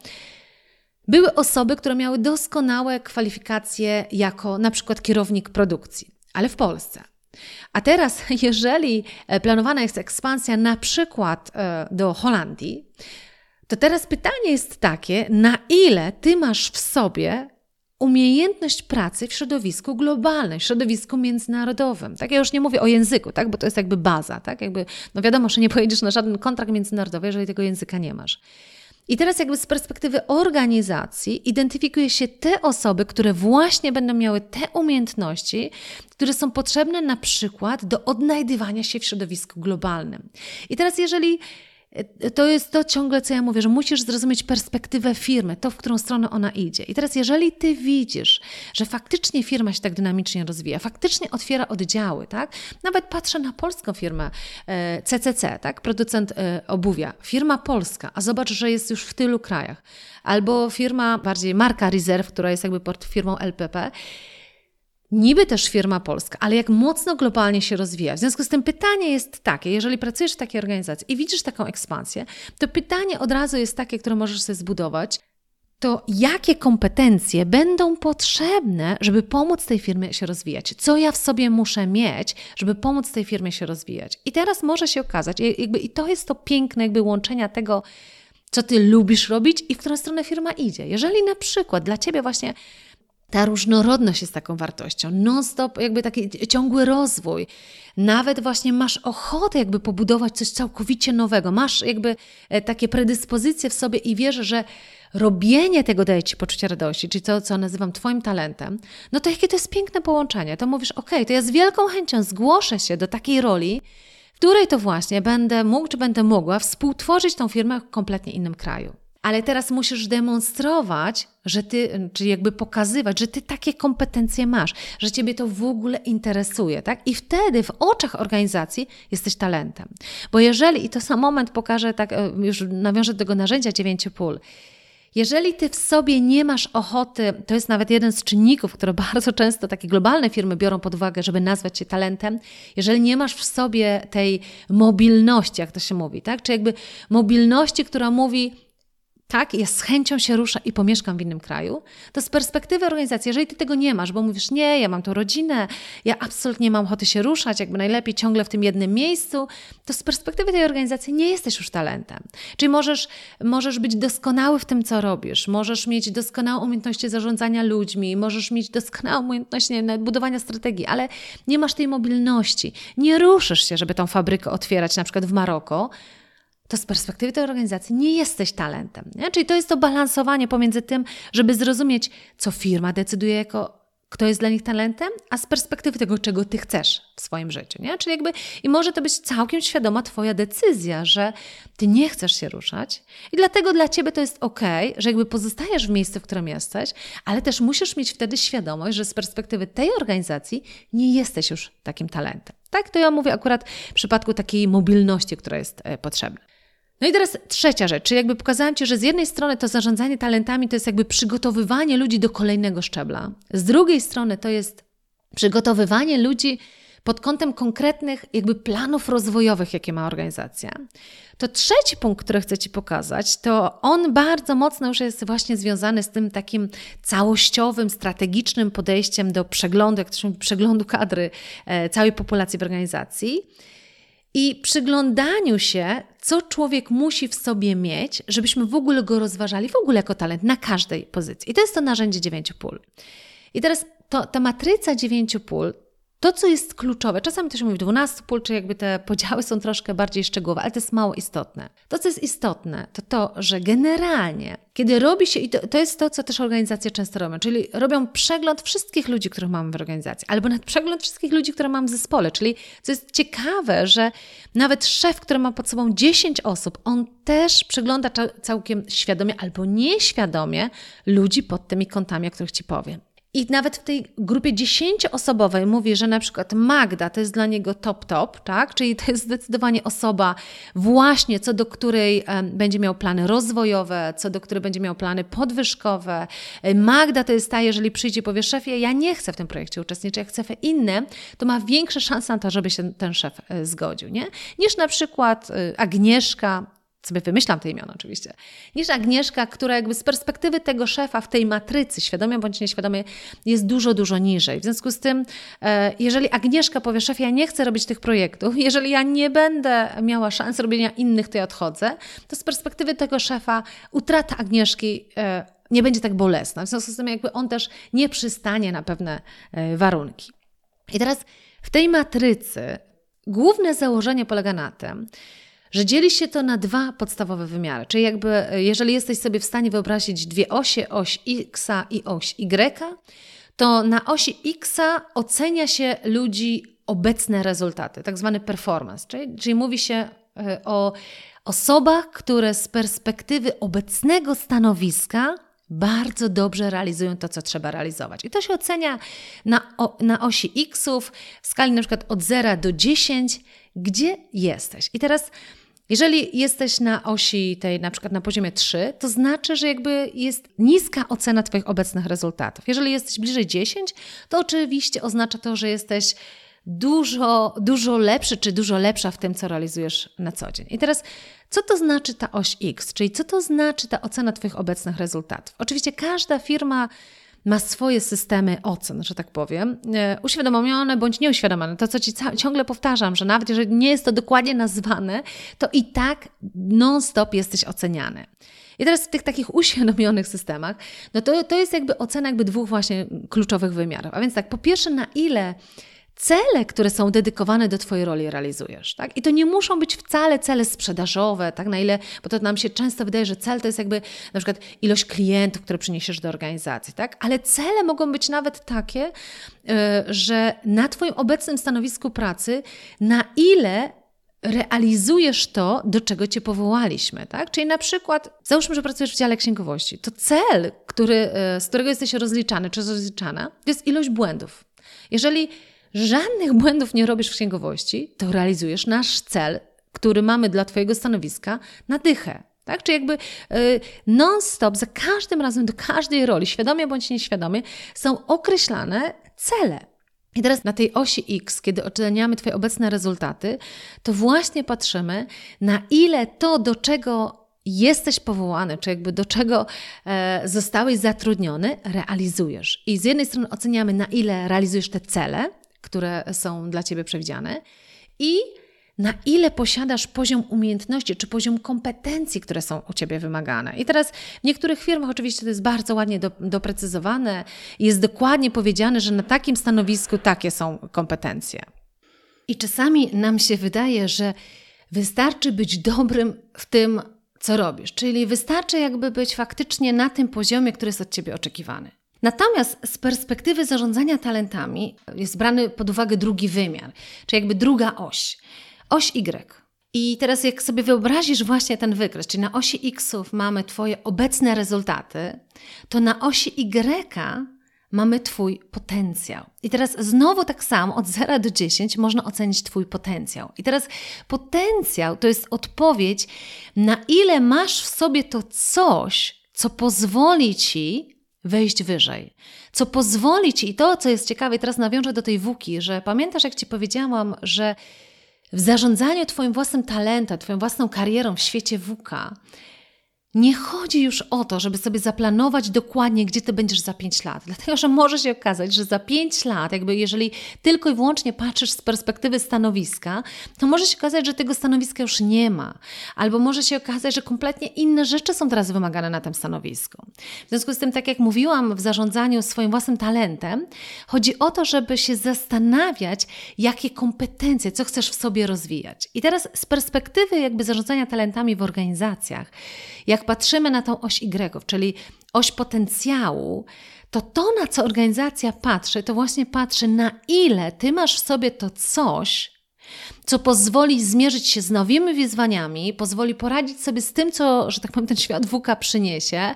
Speaker 1: były osoby, które miały doskonałe kwalifikacje jako na przykład kierownik produkcji, ale w Polsce. A teraz, jeżeli planowana jest ekspansja na przykład do Holandii, to teraz pytanie jest takie, na ile ty masz w sobie umiejętność pracy w środowisku globalnym, w środowisku międzynarodowym. Tak? Ja już nie mówię o języku, tak? Bo to jest jakby baza. Tak? Jakby, wiadomo, że nie pojedziesz na żaden kontrakt międzynarodowy, jeżeli tego języka nie masz. I teraz jakby z perspektywy organizacji identyfikuje się te osoby, które właśnie będą miały te umiejętności, które są potrzebne na przykład do odnajdywania się w środowisku globalnym. I teraz jeżeli to jest to ciągle, co ja mówię, że musisz zrozumieć perspektywę firmy, to w którą stronę ona idzie. I teraz jeżeli ty widzisz, że faktycznie firma się tak dynamicznie rozwija, faktycznie otwiera oddziały, tak? Nawet patrzę na polską firmę CCC, tak? Producent obuwia, firma polska, a zobacz, że jest już w tylu krajach. Albo firma, bardziej marka Reserve, która jest jakby pod firmą LPP, niby też firma polska, ale jak mocno globalnie się rozwija. W związku z tym pytanie jest takie, jeżeli pracujesz w takiej organizacji i widzisz taką ekspansję, to pytanie od razu jest takie, które możesz sobie zbudować, to jakie kompetencje będą potrzebne, żeby pomóc tej firmie się rozwijać? Co ja w sobie muszę mieć, żeby pomóc tej firmie się rozwijać? I teraz może się okazać, i to jest to piękne jakby łączenia tego, co ty lubisz robić i w którą stronę firma idzie. Jeżeli na przykład dla ciebie właśnie ta różnorodność jest taką wartością, non-stop jakby taki ciągły rozwój. Nawet właśnie masz ochotę jakby pobudować coś całkowicie nowego. Masz jakby takie predyspozycje w sobie i wierzę, że robienie tego daje ci poczucie radości, czyli to, co nazywam twoim talentem, no to jakie to jest piękne połączenie. To mówisz, to ja z wielką chęcią zgłoszę się do takiej roli, w której to właśnie będę mógł czy będę mogła współtworzyć tą firmę w kompletnie innym kraju. Ale teraz musisz demonstrować, że ty, czyli jakby pokazywać, że ty takie kompetencje masz, że ciebie to w ogóle interesuje, tak? I wtedy w oczach organizacji jesteś talentem. Bo jeżeli, i to sam moment pokażę, tak już nawiążę do tego narzędzia 9 pól, jeżeli ty w sobie nie masz ochoty, to jest nawet jeden z czynników, które bardzo często takie globalne firmy biorą pod uwagę, żeby nazwać się talentem, jeżeli nie masz w sobie tej mobilności, jak to się mówi, tak? Czy jakby mobilności, która mówi, tak, ja z chęcią się ruszę i pomieszkam w innym kraju, to z perspektywy organizacji, jeżeli ty tego nie masz, bo mówisz, nie, ja mam tu rodzinę, ja absolutnie nie mam ochoty się ruszać, jakby najlepiej ciągle w tym jednym miejscu, to z perspektywy tej organizacji nie jesteś już talentem. Czyli możesz być doskonały w tym, co robisz, możesz mieć doskonałe umiejętności zarządzania ludźmi, możesz mieć doskonałe umiejętności budowania strategii, ale nie masz tej mobilności, nie ruszysz się, żeby tą fabrykę otwierać na przykład w Maroko, to z perspektywy tej organizacji nie jesteś talentem. Nie? Czyli to jest to balansowanie pomiędzy tym, żeby zrozumieć, co firma decyduje jako kto jest dla nich talentem, a z perspektywy tego, czego ty chcesz w swoim życiu, nie? Czyli i może to być całkiem świadoma twoja decyzja, że ty nie chcesz się ruszać i dlatego dla ciebie to jest okej, że pozostajesz w miejscu, w którym jesteś, ale też musisz mieć wtedy świadomość, że z perspektywy tej organizacji nie jesteś już takim talentem. Tak, to ja mówię akurat w przypadku takiej mobilności, która jest potrzebna. No i teraz trzecia rzecz, czyli pokazałam Ci, że z jednej strony to zarządzanie talentami to jest przygotowywanie ludzi do kolejnego szczebla. Z drugiej strony to jest przygotowywanie ludzi pod kątem konkretnych planów rozwojowych, jakie ma organizacja. To trzeci punkt, który chcę Ci pokazać, to on bardzo mocno już jest właśnie związany z tym takim całościowym, strategicznym podejściem do przeglądu, jak to się mówi, przeglądu kadry całej populacji w organizacji. I przyglądaniu się, co człowiek musi w sobie mieć, żebyśmy w ogóle go rozważali, w ogóle jako talent na każdej pozycji. I to jest to narzędzie 9 pól. I teraz ta matryca 9 pól, to co jest kluczowe, czasami to się mówi 12 pól, czy te podziały są troszkę bardziej szczegółowe, ale to jest mało istotne. To, co jest istotne, to, że generalnie, kiedy robi się, i to jest to, co też organizacje często robią, czyli robią przegląd wszystkich ludzi, których mamy w organizacji, albo nawet przegląd wszystkich ludzi, które mam w zespole, czyli co jest ciekawe, że nawet szef, który ma pod sobą 10 osób, on też przegląda całkiem świadomie albo nieświadomie ludzi pod tymi kątami, o których Ci powiem. I nawet w tej grupie 10-osobowej mówi, że na przykład Magda to jest dla niego top, tak? Czyli to jest zdecydowanie osoba właśnie co do której będzie miał plany rozwojowe, co do której będzie miał plany podwyżkowe. Magda to jest ta, jeżeli przyjdzie i powie szefie, ja nie chcę w tym projekcie uczestniczyć, ja chcę w innym, to ma większe szanse na to, żeby się ten szef zgodził, nie? Niż na przykład Agnieszka, sobie wymyślam te imiona oczywiście, niż Agnieszka, która z perspektywy tego szefa w tej matrycy, świadomie bądź nieświadomie, jest dużo niżej. W związku z tym, jeżeli Agnieszka powie szefie, ja nie chcę robić tych projektów, jeżeli ja nie będę miała szans robienia innych, to ja odchodzę, to z perspektywy tego szefa utrata Agnieszki nie będzie tak bolesna. W związku z tym on też nie przystanie na pewne warunki. I teraz w tej matrycy główne założenie polega na tym, że dzieli się to na 2 podstawowe wymiary. Czyli jeżeli jesteś sobie w stanie wyobrazić 2 osie, oś X i oś Y, to na osi X ocenia się ludzi obecne rezultaty, tak zwany performance. Czyli mówi się o osobach, które z perspektywy obecnego stanowiska bardzo dobrze realizują to, co trzeba realizować. I to się ocenia na osi X-ów w skali na przykład od 0 do 10, gdzie jesteś. I teraz jeżeli jesteś na osi tej na przykład na poziomie 3, to znaczy, że jest niska ocena Twoich obecnych rezultatów. Jeżeli jesteś bliżej 10, to oczywiście oznacza to, że jesteś dużo lepszy czy dużo lepsza w tym, co realizujesz na co dzień. I teraz, co to znaczy ta oś X? Czyli co to znaczy ta ocena Twoich obecnych rezultatów? Oczywiście każda firma ma swoje systemy ocen, że tak powiem, uświadomione bądź nieuświadomione. To, co Ci ciągle powtarzam, że nawet jeżeli nie jest to dokładnie nazwane, to i tak non-stop jesteś oceniany. I teraz w tych takich uświadomionych systemach, no to jest ocena 2 właśnie kluczowych wymiarów. A więc tak, po pierwsze, na ile cele, które są dedykowane do Twojej roli, realizujesz, tak? I to nie muszą być wcale cele sprzedażowe, tak? Na ile, bo to nam się często wydaje, że cel to jest na przykład ilość klientów, które przyniesiesz do organizacji, tak? Ale cele mogą być nawet takie, że na Twoim obecnym stanowisku pracy, na ile realizujesz to, do czego Cię powołaliśmy, tak? Czyli na przykład, załóżmy, że pracujesz w dziale księgowości, to cel, z którego jesteś rozliczany czy rozliczana, to jest ilość błędów. Jeżeli żadnych błędów nie robisz w księgowości, to realizujesz nasz cel, który mamy dla Twojego stanowiska na dychę. Tak? Czyli non-stop, za każdym razem do każdej roli, świadomie bądź nieświadomie, są określane cele. I teraz na tej osi X, kiedy oceniamy Twoje obecne rezultaty, to właśnie patrzymy, na ile to, do czego jesteś powołany, czy do czego zostałeś zatrudniony, realizujesz. I z jednej strony oceniamy, na ile realizujesz te cele, które są dla Ciebie przewidziane i na ile posiadasz poziom umiejętności czy poziom kompetencji, które są u Ciebie wymagane. I teraz w niektórych firmach oczywiście to jest bardzo ładnie doprecyzowane, jest dokładnie powiedziane, że na takim stanowisku takie są kompetencje. I czasami nam się wydaje, że wystarczy być dobrym w tym, co robisz, czyli wystarczy być faktycznie na tym poziomie, który jest od Ciebie oczekiwany. Natomiast z perspektywy zarządzania talentami jest brany pod uwagę drugi wymiar, czyli jakby druga oś. Oś Y. I teraz jak sobie wyobrazisz właśnie ten wykres, czyli na osi X-ów mamy Twoje obecne rezultaty, to na osi Y mamy Twój potencjał. I teraz znowu tak samo od 0 do 10 można ocenić Twój potencjał. I teraz potencjał to jest odpowiedź, na ile masz w sobie to coś, co pozwoli Ci wejść wyżej. Co pozwoli Ci, i to co jest ciekawe, teraz nawiążę do tej WUKI, że pamiętasz jak Ci powiedziałam, że w zarządzaniu Twoim własnym talentem, Twoją własną karierą w świecie WUKA nie chodzi już o to, żeby sobie zaplanować dokładnie, gdzie Ty będziesz za 5 lat. Dlatego, że może się okazać, że za 5 lat, jakby jeżeli tylko i wyłącznie patrzysz z perspektywy stanowiska, to może się okazać, że tego stanowiska już nie ma. Albo może się okazać, że kompletnie inne rzeczy są teraz wymagane na tym stanowisku. W związku z tym, tak jak mówiłam w zarządzaniu swoim własnym talentem, chodzi o to, żeby się zastanawiać, jakie kompetencje, co chcesz w sobie rozwijać. I teraz z perspektywy jakby zarządzania talentami w organizacjach, jak patrzymy na tą oś Y, czyli oś potencjału, to na co organizacja patrzy, to właśnie patrzy, na ile Ty masz w sobie to coś, co pozwoli zmierzyć się z nowymi wyzwaniami, pozwoli poradzić sobie z tym, co, że tak powiem, ten świat WUKA przyniesie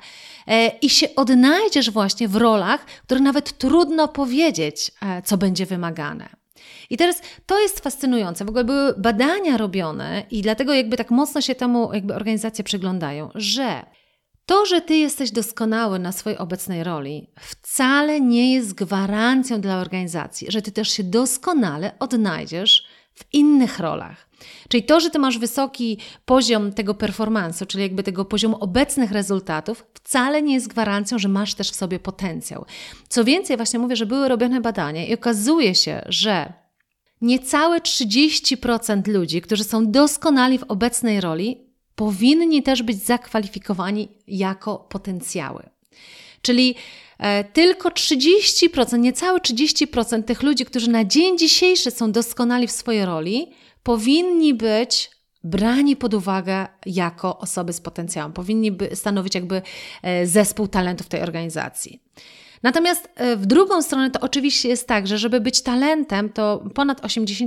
Speaker 1: i się odnajdziesz właśnie w rolach, które nawet trudno powiedzieć, co będzie wymagane. I teraz to jest fascynujące. W ogóle były badania robione i dlatego jakby tak mocno się temu jakby organizacje przyglądają, że to, że Ty jesteś doskonały na swojej obecnej roli, wcale nie jest gwarancją dla organizacji, że Ty też się doskonale odnajdziesz w innych rolach. Czyli to, że Ty masz wysoki poziom tego performance'u, czyli jakby tego poziomu obecnych rezultatów, wcale nie jest gwarancją, że masz też w sobie potencjał. Co więcej, właśnie mówię, że były robione badania i okazuje się, że niecałe 30% ludzi, którzy są doskonali w obecnej roli, powinni też być zakwalifikowani jako potencjały. Czyli tylko 30%, niecałe 30% tych ludzi, którzy na dzień dzisiejszy są doskonali w swojej roli, powinni być brani pod uwagę jako osoby z potencjałem. Powinni stanowić jakby zespół talentów tej organizacji. Natomiast w drugą stronę to oczywiście jest tak, że żeby być talentem, to ponad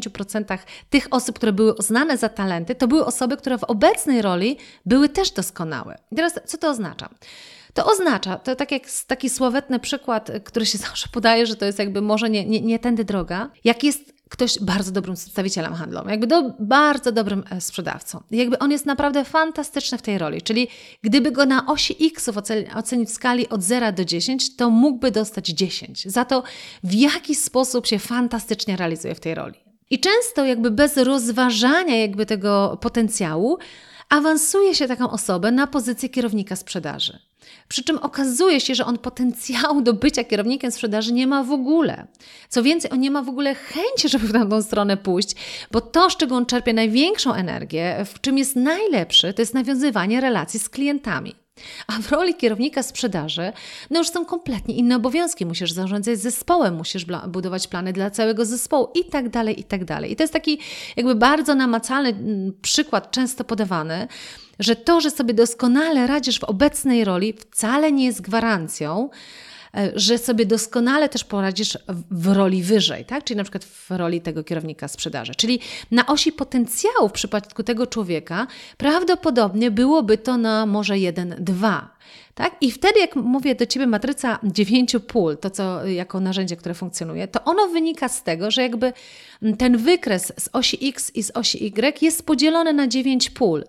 Speaker 1: 80% tych osób, które były uznane za talenty, to były osoby, które w obecnej roli były też doskonałe. I teraz co to oznacza? To oznacza, to tak jak taki sławetny przykład, który się zawsze podaje, że to jest jakby może nie tędy droga, jak jest ktoś bardzo dobrym przedstawicielem handlowym, jakby bardzo dobrym sprzedawcą. Jakby on jest naprawdę fantastyczny w tej roli, czyli gdyby go na osi X ocenić w skali od 0 do 10, to mógłby dostać 10 za to, w jaki sposób się fantastycznie realizuje w tej roli. I często jakby bez rozważania jakby tego potencjału awansuje się taką osobę na pozycję kierownika sprzedaży. Przy czym okazuje się, że on potencjału do bycia kierownikiem sprzedaży nie ma w ogóle. Co więcej, on nie ma w ogóle chęci, żeby w tamtą stronę pójść, bo to, z czego on czerpie największą energię, w czym jest najlepszy, to jest nawiązywanie relacji z klientami. A w roli kierownika sprzedaży już są kompletnie inne obowiązki. Musisz zarządzać zespołem, musisz budować plany dla całego zespołu i tak dalej, i tak dalej. I to jest taki jakby bardzo namacalny przykład, często podawany, że to, że sobie doskonale radzisz w obecnej roli, wcale nie jest gwarancją, że sobie doskonale też poradzisz w roli wyżej, tak? Czyli na przykład w roli tego kierownika sprzedaży. Czyli na osi potencjału w przypadku tego człowieka prawdopodobnie byłoby to na może 1-2. Tak? I wtedy, jak mówię do Ciebie matryca 9 pól, to co jako narzędzie, które funkcjonuje, to ono wynika z tego, że jakby ten wykres z osi X i z osi Y jest podzielony na 9 pól.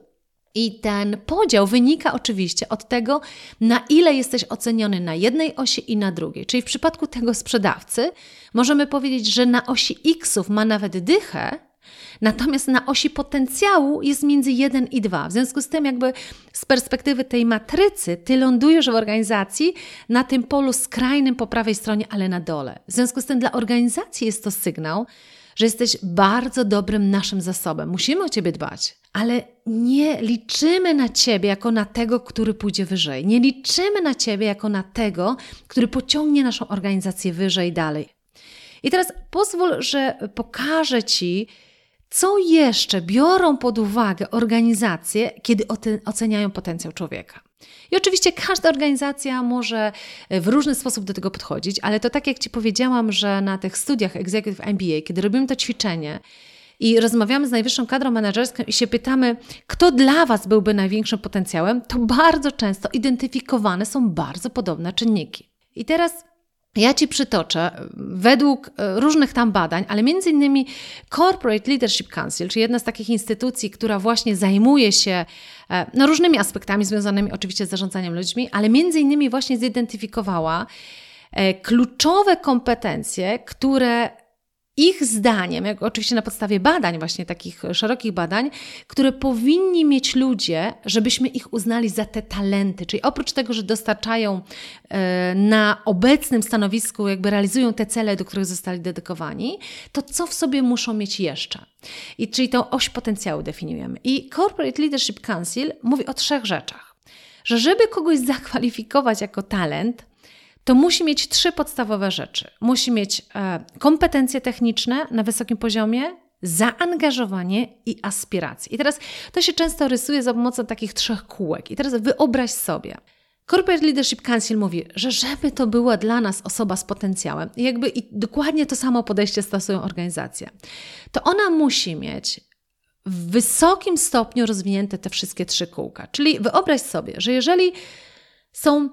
Speaker 1: I ten podział wynika oczywiście od tego, na ile jesteś oceniony na jednej osi i na drugiej. Czyli w przypadku tego sprzedawcy możemy powiedzieć, że na osi X-ów ma nawet dychę, natomiast na osi potencjału jest między 1 i 2. W związku z tym jakby z perspektywy tej matrycy ty lądujesz w organizacji na tym polu skrajnym po prawej stronie, ale na dole. W związku z tym dla organizacji jest to sygnał, że jesteś bardzo dobrym naszym zasobem. Musimy o Ciebie dbać, ale nie liczymy na Ciebie jako na tego, który pójdzie wyżej. Nie liczymy na Ciebie jako na tego, który pociągnie naszą organizację wyżej dalej. I teraz pozwól, że pokażę Ci, co jeszcze biorą pod uwagę organizacje, kiedy oceniają potencjał człowieka. I oczywiście każda organizacja może w różny sposób do tego podchodzić, ale to tak jak Ci powiedziałam, że na tych studiach Executive MBA, kiedy robimy to ćwiczenie i rozmawiamy z najwyższą kadrą menedżerską i się pytamy, kto dla Was byłby największym potencjałem, to bardzo często identyfikowane są bardzo podobne czynniki. I teraz ja Ci przytoczę według różnych tam badań, ale między innymi Corporate Leadership Council, czyli jedna z takich instytucji, która właśnie zajmuje się różnymi aspektami związanymi oczywiście z zarządzaniem ludźmi, ale między innymi właśnie zidentyfikowała kluczowe kompetencje, które ich zdaniem, jak oczywiście na podstawie badań, właśnie takich szerokich badań, które powinni mieć ludzie, żebyśmy ich uznali za te talenty, czyli oprócz tego, że dostarczają na obecnym stanowisku, jakby realizują te cele, do których zostali dedykowani, to co w sobie muszą mieć jeszcze? I czyli tą oś potencjału definiujemy. I Corporate Leadership Council mówi o 3 rzeczach. Że żeby kogoś zakwalifikować jako talent, to musi mieć 3 podstawowe rzeczy. Musi mieć kompetencje techniczne na wysokim poziomie, zaangażowanie i aspiracje. I teraz to się często rysuje za pomocą takich 3 kółek. I teraz wyobraź sobie. Corporate Leadership Council mówi, że żeby to była dla nas osoba z potencjałem, i dokładnie to samo podejście stosują organizacje, to ona musi mieć w wysokim stopniu rozwinięte te wszystkie 3 kółka. Czyli wyobraź sobie, że jeżeli są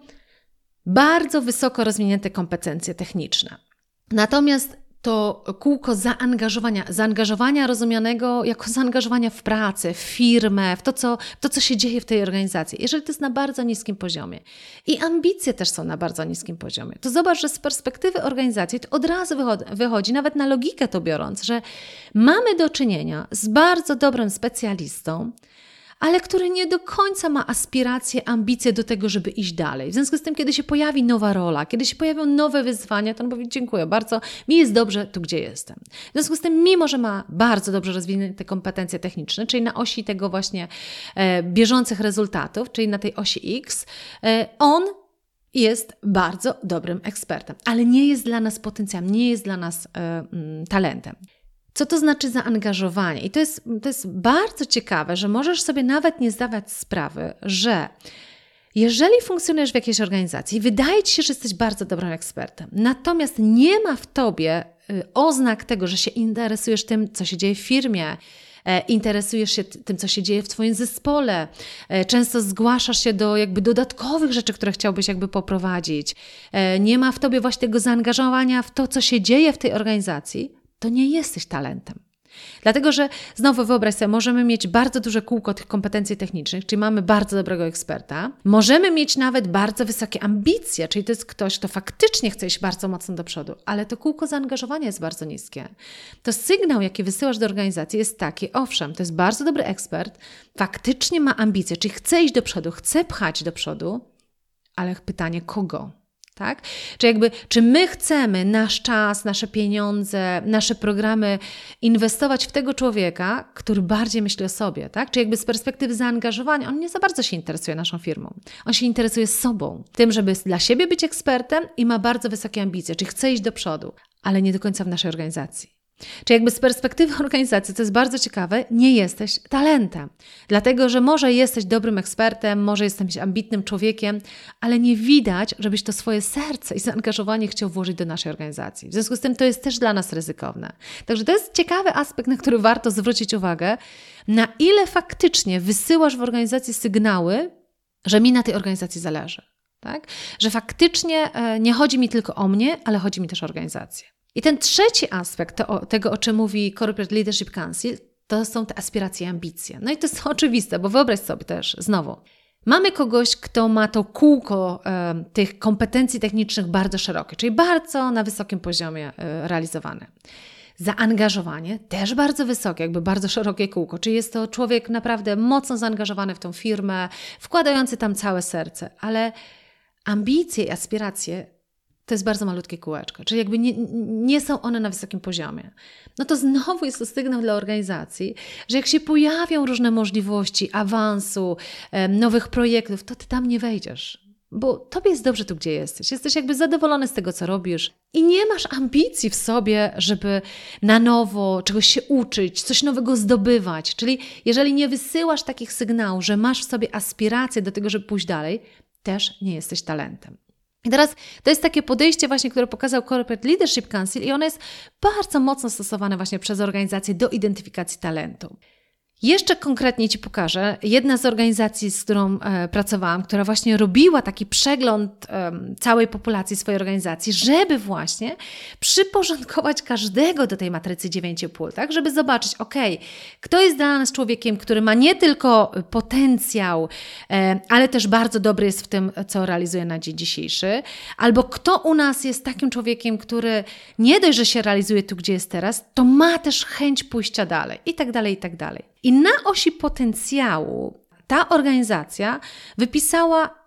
Speaker 1: bardzo wysoko rozwinięte kompetencje techniczne. Natomiast to kółko zaangażowania rozumianego jako zaangażowania w pracę, w firmę, w to, co się dzieje w tej organizacji, jeżeli to jest na bardzo niskim poziomie. I ambicje też są na bardzo niskim poziomie. To zobacz, że z perspektywy organizacji to od razu wychodzi, nawet na logikę to biorąc, że mamy do czynienia z bardzo dobrym specjalistą, ale który nie do końca ma aspiracje, ambicje do tego, żeby iść dalej. W związku z tym, kiedy się pojawi nowa rola, kiedy się pojawią nowe wyzwania, to on powie, dziękuję bardzo, mi jest dobrze tu, gdzie jestem. W związku z tym, mimo że ma bardzo dobrze rozwinięte kompetencje techniczne, czyli na osi tego właśnie bieżących rezultatów, czyli na tej osi X, on jest bardzo dobrym ekspertem, ale nie jest dla nas potencjałem, nie jest dla nas talentem. Co to znaczy zaangażowanie? I to jest bardzo ciekawe, że możesz sobie nawet nie zdawać sprawy, że jeżeli funkcjonujesz w jakiejś organizacji, wydaje Ci się, że jesteś bardzo dobrym ekspertem, natomiast nie ma w Tobie oznak tego, że się interesujesz tym, co się dzieje w firmie, interesujesz się tym, co się dzieje w Twoim zespole, często zgłaszasz się do jakby dodatkowych rzeczy, które chciałbyś jakby poprowadzić, nie ma w Tobie właśnie tego zaangażowania w to, co się dzieje w tej organizacji, to nie jesteś talentem. Dlatego, że znowu wyobraź sobie, możemy mieć bardzo duże kółko tych kompetencji technicznych, czyli mamy bardzo dobrego eksperta, możemy mieć nawet bardzo wysokie ambicje, czyli to jest ktoś, kto faktycznie chce iść bardzo mocno do przodu, ale to kółko zaangażowania jest bardzo niskie. To sygnał, jaki wysyłasz do organizacji jest taki, owszem, to jest bardzo dobry ekspert, faktycznie ma ambicje, czyli chce iść do przodu, chce pchać do przodu, ale pytanie kogo? Tak? Czy my chcemy nasz czas, nasze pieniądze, nasze programy inwestować w tego człowieka, który bardziej myśli o sobie, tak? Czy jakby z perspektywy zaangażowania, on nie za bardzo się interesuje naszą firmą. On się interesuje sobą, tym, żeby dla siebie być ekspertem i ma bardzo wysokie ambicje, czyli chce iść do przodu, ale nie do końca w naszej organizacji. Czy jakby z perspektywy organizacji, to jest bardzo ciekawe, nie jesteś talentem. Dlatego, że może jesteś dobrym ekspertem, może jesteś ambitnym człowiekiem, ale nie widać, żebyś to swoje serce i zaangażowanie chciał włożyć do naszej organizacji. W związku z tym to jest też dla nas ryzykowne. Także to jest ciekawy aspekt, na który warto zwrócić uwagę, na ile faktycznie wysyłasz w organizacji sygnały, że mi na tej organizacji zależy. Tak? Że faktycznie nie chodzi mi tylko o mnie, ale chodzi mi też o organizację. I ten trzeci aspekt tego, o czym mówi Corporate Leadership Council, to są te aspiracje i ambicje. No i to jest oczywiste, bo wyobraź sobie też, znowu, mamy kogoś, kto ma to kółko tych kompetencji technicznych bardzo szerokie, czyli bardzo na wysokim poziomie realizowane. Zaangażowanie też bardzo wysokie, jakby bardzo szerokie kółko, czyli jest to człowiek naprawdę mocno zaangażowany w tą firmę, wkładający tam całe serce, ale ambicje i aspiracje to jest bardzo malutkie kółeczko, czyli jakby nie są one na wysokim poziomie. No to znowu jest to sygnał dla organizacji, że jak się pojawią różne możliwości awansu, nowych projektów, to Ty tam nie wejdziesz. bo tobie jest dobrze tu, gdzie jesteś. Jesteś jakby zadowolony z tego, co robisz i nie masz ambicji w sobie, żeby na nowo czegoś się uczyć, coś nowego zdobywać. Czyli jeżeli nie wysyłasz takich sygnałów, że masz w sobie aspiracje do tego, żeby pójść dalej, też nie jesteś talentem. I teraz to jest takie podejście właśnie, które pokazał Corporate Leadership Council i ono jest bardzo mocno stosowane właśnie przez organizacje do identyfikacji talentu. Jeszcze konkretnie Ci pokażę. Jedna z organizacji, z którą pracowałam, która właśnie robiła taki przegląd całej populacji swojej organizacji, żeby właśnie przyporządkować każdego do tej matrycy 9,5, tak? Żeby zobaczyć, kto jest dla nas człowiekiem, który ma nie tylko potencjał, ale też bardzo dobry jest w tym, co realizuje na dzień dzisiejszy, albo kto u nas jest takim człowiekiem, który nie dość, że się realizuje tu, gdzie jest teraz, to ma też chęć pójścia dalej i tak dalej, i tak dalej. I na osi potencjału ta organizacja wypisała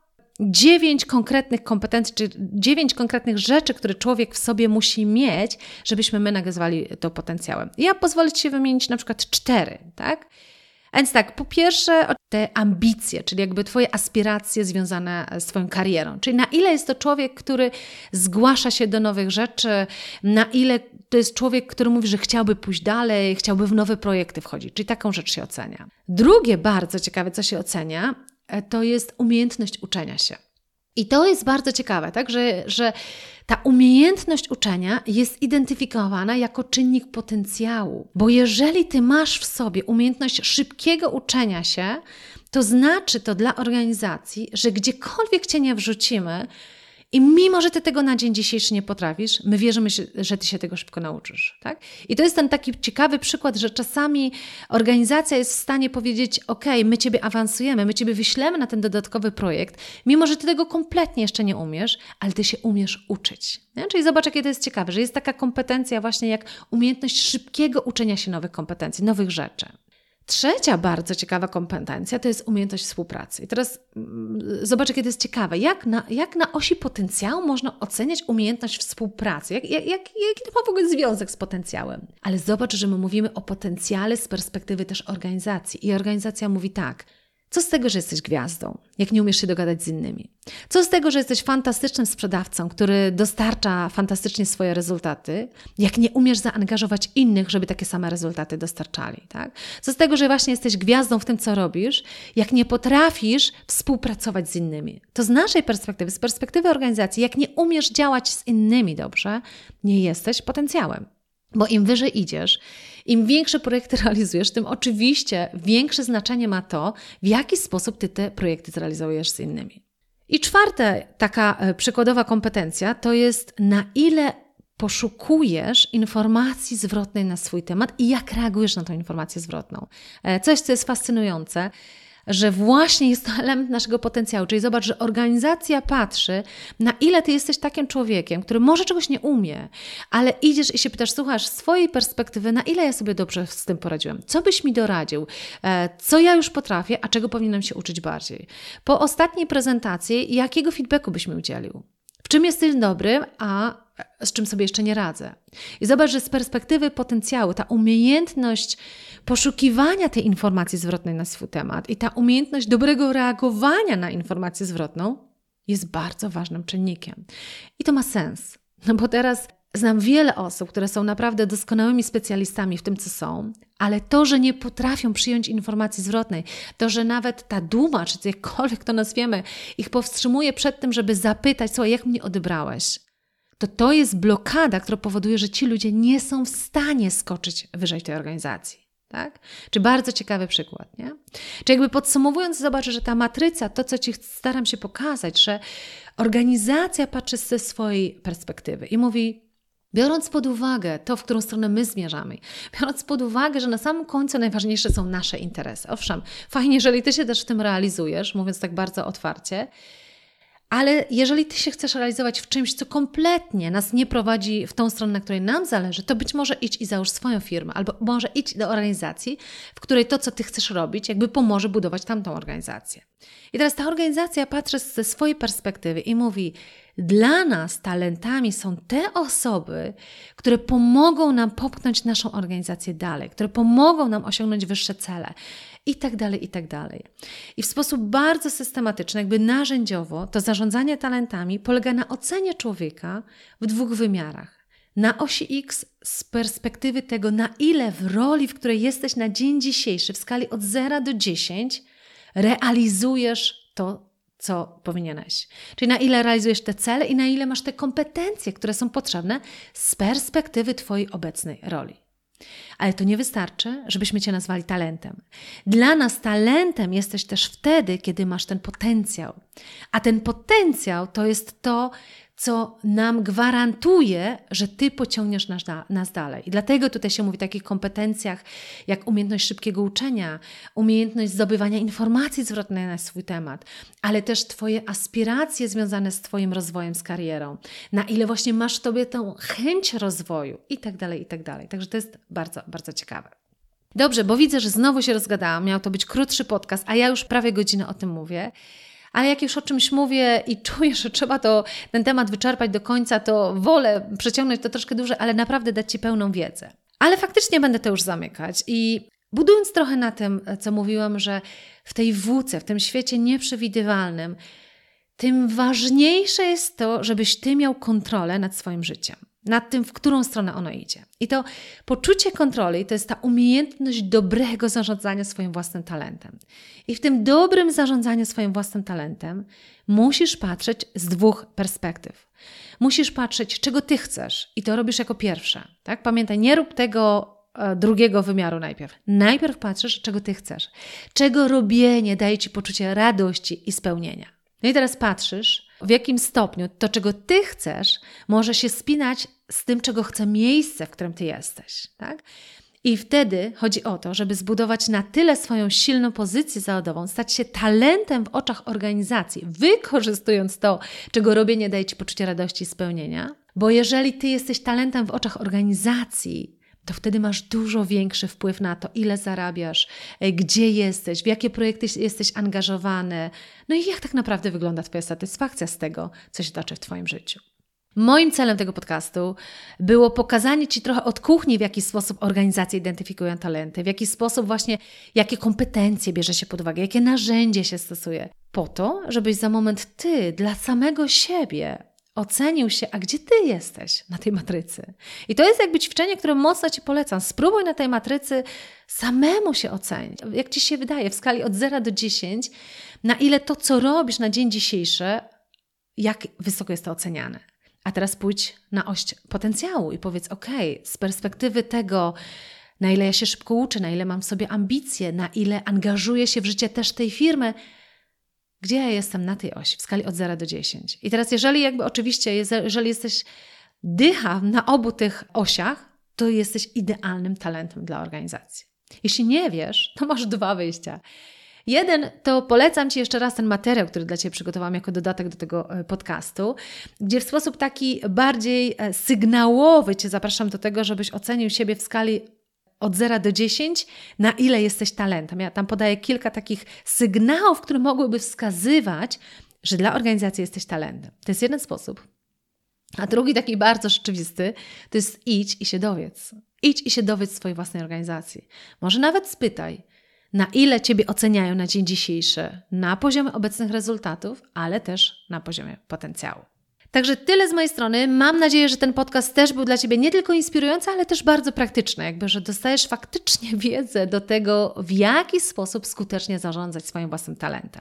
Speaker 1: 9 konkretnych kompetencji, czy 9 konkretnych rzeczy, które człowiek w sobie musi mieć, żebyśmy my nazwali to potencjałem. Ja pozwolę Ci się wymienić na przykład 4, tak? A więc tak, po pierwsze te ambicje, czyli jakby Twoje aspiracje związane z Twoją karierą. Czyli na ile jest to człowiek, który zgłasza się do nowych rzeczy, na ile to jest człowiek, który mówi, że chciałby pójść dalej, chciałby w nowe projekty wchodzić. Czyli taką rzecz się ocenia. Drugie bardzo ciekawe, co się ocenia, to jest umiejętność uczenia się. I to jest bardzo ciekawe, tak? Że ta umiejętność uczenia jest identyfikowana jako czynnik potencjału. Bo jeżeli Ty masz w sobie umiejętność szybkiego uczenia się, to znaczy to dla organizacji, że gdziekolwiek Cię nie wrzucimy i mimo, że Ty tego na dzień dzisiejszy nie potrafisz, my wierzymy, że Ty się tego szybko nauczysz. Tak? I to jest ten taki ciekawy przykład, że czasami organizacja jest w stanie powiedzieć, my Ciebie awansujemy, my Ciebie wyślemy na ten dodatkowy projekt, mimo, że Ty tego kompletnie jeszcze nie umiesz, ale Ty się umiesz uczyć. Nie? Czyli zobacz, jakie to jest ciekawe, że jest taka kompetencja właśnie jak umiejętność szybkiego uczenia się nowych kompetencji, nowych rzeczy. Trzecia bardzo ciekawa kompetencja to jest umiejętność współpracy. I teraz zobacz, jakie to jest ciekawe. Jak na osi potencjału można oceniać umiejętność współpracy? Jaki to ma w ogóle związek z potencjałem? Ale zobacz, że my mówimy o potencjale z perspektywy też organizacji. I organizacja mówi tak, co z tego, że jesteś gwiazdą, jak nie umiesz się dogadać z innymi? Co z tego, że jesteś fantastycznym sprzedawcą, który dostarcza fantastycznie swoje rezultaty, jak nie umiesz zaangażować innych, żeby takie same rezultaty dostarczali? Tak? Co z tego, że właśnie jesteś gwiazdą w tym, co robisz, jak nie potrafisz współpracować z innymi? To z naszej perspektywy, z perspektywy organizacji, jak nie umiesz działać z innymi dobrze, nie jesteś potencjałem. Bo im wyżej idziesz, im większe projekty realizujesz, tym oczywiście większe znaczenie ma to, w jaki sposób Ty te projekty zrealizujesz z innymi. I czwarta taka przykładowa kompetencja to jest na ile poszukujesz informacji zwrotnej na swój temat i jak reagujesz na tą informację zwrotną. Coś, co jest fascynujące, że właśnie jest to element naszego potencjału. Czyli zobacz, że organizacja patrzy, na ile Ty jesteś takim człowiekiem, który może czegoś nie umie, ale idziesz i się pytasz, słuchaj, z swojej perspektywy, na ile ja sobie dobrze z tym poradziłem? Co byś mi doradził? Co ja już potrafię, a czego powinienem się uczyć bardziej? Po ostatniej prezentacji, jakiego feedbacku byś mi udzielił? W czym jesteś dobry, a z czym sobie jeszcze nie radzę? I zobacz, że z perspektywy potencjału ta umiejętność poszukiwania tej informacji zwrotnej na swój temat i ta umiejętność dobrego reagowania na informację zwrotną jest bardzo ważnym czynnikiem. I to ma sens, no bo teraz znam wiele osób, które są naprawdę doskonałymi specjalistami w tym, co są, ale to, że nie potrafią przyjąć informacji zwrotnej, to, że nawet ta duma, czy jakkolwiek to nazwiemy, ich powstrzymuje przed tym, żeby zapytać, słuchaj, jak mnie odebrałeś? To jest blokada, która powoduje, że ci ludzie nie są w stanie skoczyć wyżej tej organizacji. Tak? Czy bardzo ciekawy przykład, nie? Czy jakby podsumowując, zobaczę, że ta matryca, to co Ci staram się pokazać, że organizacja patrzy ze swojej perspektywy i mówi, biorąc pod uwagę to, w którą stronę my zmierzamy, biorąc pod uwagę, że na samym końcu najważniejsze są nasze interesy. Owszem, fajnie, jeżeli Ty się też w tym realizujesz, mówiąc tak bardzo otwarcie, ale jeżeli Ty się chcesz realizować w czymś, co kompletnie nas nie prowadzi w tą stronę, na której nam zależy, to być może idź i załóż swoją firmę, albo może idź do organizacji, w której to, co Ty chcesz robić, jakby pomoże budować tamtą organizację. I teraz ta organizacja patrzy ze swojej perspektywy i mówi, dla nas talentami są te osoby, które pomogą nam popchnąć naszą organizację dalej, które pomogą nam osiągnąć wyższe cele. i tak dalej, i tak dalej. I w sposób bardzo systematyczny, jakby narzędziowo, to zarządzanie talentami polega na ocenie człowieka w 2 wymiarach. Na osi X z perspektywy tego, na ile w roli, w której jesteś na dzień dzisiejszy, w skali od 0 do 10, realizujesz to, co powinieneś. Czyli na ile realizujesz te cele i na ile masz te kompetencje, które są potrzebne z perspektywy Twojej obecnej roli. Ale to nie wystarczy, żebyśmy Cię nazwali talentem. Dla nas talentem jesteś też wtedy, kiedy masz ten potencjał. A ten potencjał to jest to, co nam gwarantuje, że Ty pociągniesz nas dalej. I dlatego tutaj się mówi o takich kompetencjach, jak umiejętność szybkiego uczenia, umiejętność zdobywania informacji zwrotnej na swój temat, ale też Twoje aspiracje związane z Twoim rozwojem, z karierą, na ile właśnie masz w Tobie tą chęć rozwoju i tak dalej, i tak dalej. Także to jest bardzo, bardzo ciekawe. Dobrze, bo widzę, że znowu się rozgadałam, miał to być krótszy podcast, a ja już prawie godzinę o tym mówię. Ale jak już o czymś mówię i czuję, że trzeba ten temat wyczerpać do końca, to wolę przeciągnąć to troszkę dłużej, ale naprawdę dać Ci pełną wiedzę. Ale faktycznie będę to już zamykać i budując trochę na tym, co mówiłam, że w tej włóce, w tym świecie nieprzewidywalnym, tym ważniejsze jest to, żebyś Ty miał kontrolę nad swoim życiem. Nad tym, w którą stronę ono idzie. I to poczucie kontroli to jest ta umiejętność dobrego zarządzania swoim własnym talentem. I w tym dobrym zarządzaniu swoim własnym talentem musisz patrzeć z 2 perspektyw. Musisz patrzeć, czego Ty chcesz i to robisz jako pierwsze. Tak? Pamiętaj, nie rób tego drugiego wymiaru najpierw. Najpierw patrzysz, czego Ty chcesz. Czego robienie daje Ci poczucie radości i spełnienia. No i teraz patrzysz, w jakim stopniu to, czego Ty chcesz, może się spinać z tym, czego chce miejsce, w którym Ty jesteś. Tak? I wtedy chodzi o to, żeby zbudować na tyle swoją silną pozycję zawodową, stać się talentem w oczach organizacji, wykorzystując to, czego robienie daje Ci poczucie radości i spełnienia. Bo jeżeli Ty jesteś talentem w oczach organizacji, to wtedy masz dużo większy wpływ na to, ile zarabiasz, gdzie jesteś, w jakie projekty jesteś angażowany, no i jak tak naprawdę wygląda Twoja satysfakcja z tego, co się toczy w Twoim życiu. Moim celem tego podcastu było pokazanie Ci trochę od kuchni, w jaki sposób organizacje identyfikują talenty, w jaki sposób właśnie, jakie kompetencje bierze się pod uwagę, jakie narzędzie się stosuje, po to, żebyś za moment Ty dla samego siebie ocenił się, a gdzie Ty jesteś na tej matrycy. I to jest jakby ćwiczenie, które mocno Ci polecam. Spróbuj na tej matrycy samemu się ocenić. Jak Ci się wydaje, w skali od 0 do 10, na ile to, co robisz na dzień dzisiejszy, jak wysoko jest to oceniane. A teraz pójdź na oś potencjału i powiedz, z perspektywy tego, na ile ja się szybko uczę, na ile mam w sobie ambicje, na ile angażuję się w życie też tej firmy, gdzie ja jestem na tej osi, w skali od 0 do 10. I teraz jeżeli jesteś dycha na obu tych osiach, to jesteś idealnym talentem dla organizacji. Jeśli nie wiesz, to masz 2 wyjścia. Jeden, to polecam Ci jeszcze raz ten materiał, który dla Ciebie przygotowałam jako dodatek do tego podcastu, gdzie w sposób taki bardziej sygnałowy Cię zapraszam do tego, żebyś ocenił siebie w skali od 0 do 10, na ile jesteś talentem. Ja tam podaję kilka takich sygnałów, które mogłyby wskazywać, że dla organizacji jesteś talentem. To jest jeden sposób. A drugi, taki bardzo rzeczywisty, to jest idź i się dowiedz. Idź i się dowiedz swojej własnej organizacji. Może nawet spytaj, na ile Ciebie oceniają na dzień dzisiejszy, na poziomie obecnych rezultatów, ale też na poziomie potencjału. Także tyle z mojej strony. Mam nadzieję, że ten podcast też był dla Ciebie nie tylko inspirujący, ale też bardzo praktyczny. Że dostajesz faktycznie wiedzę do tego, w jaki sposób skutecznie zarządzać swoim własnym talentem.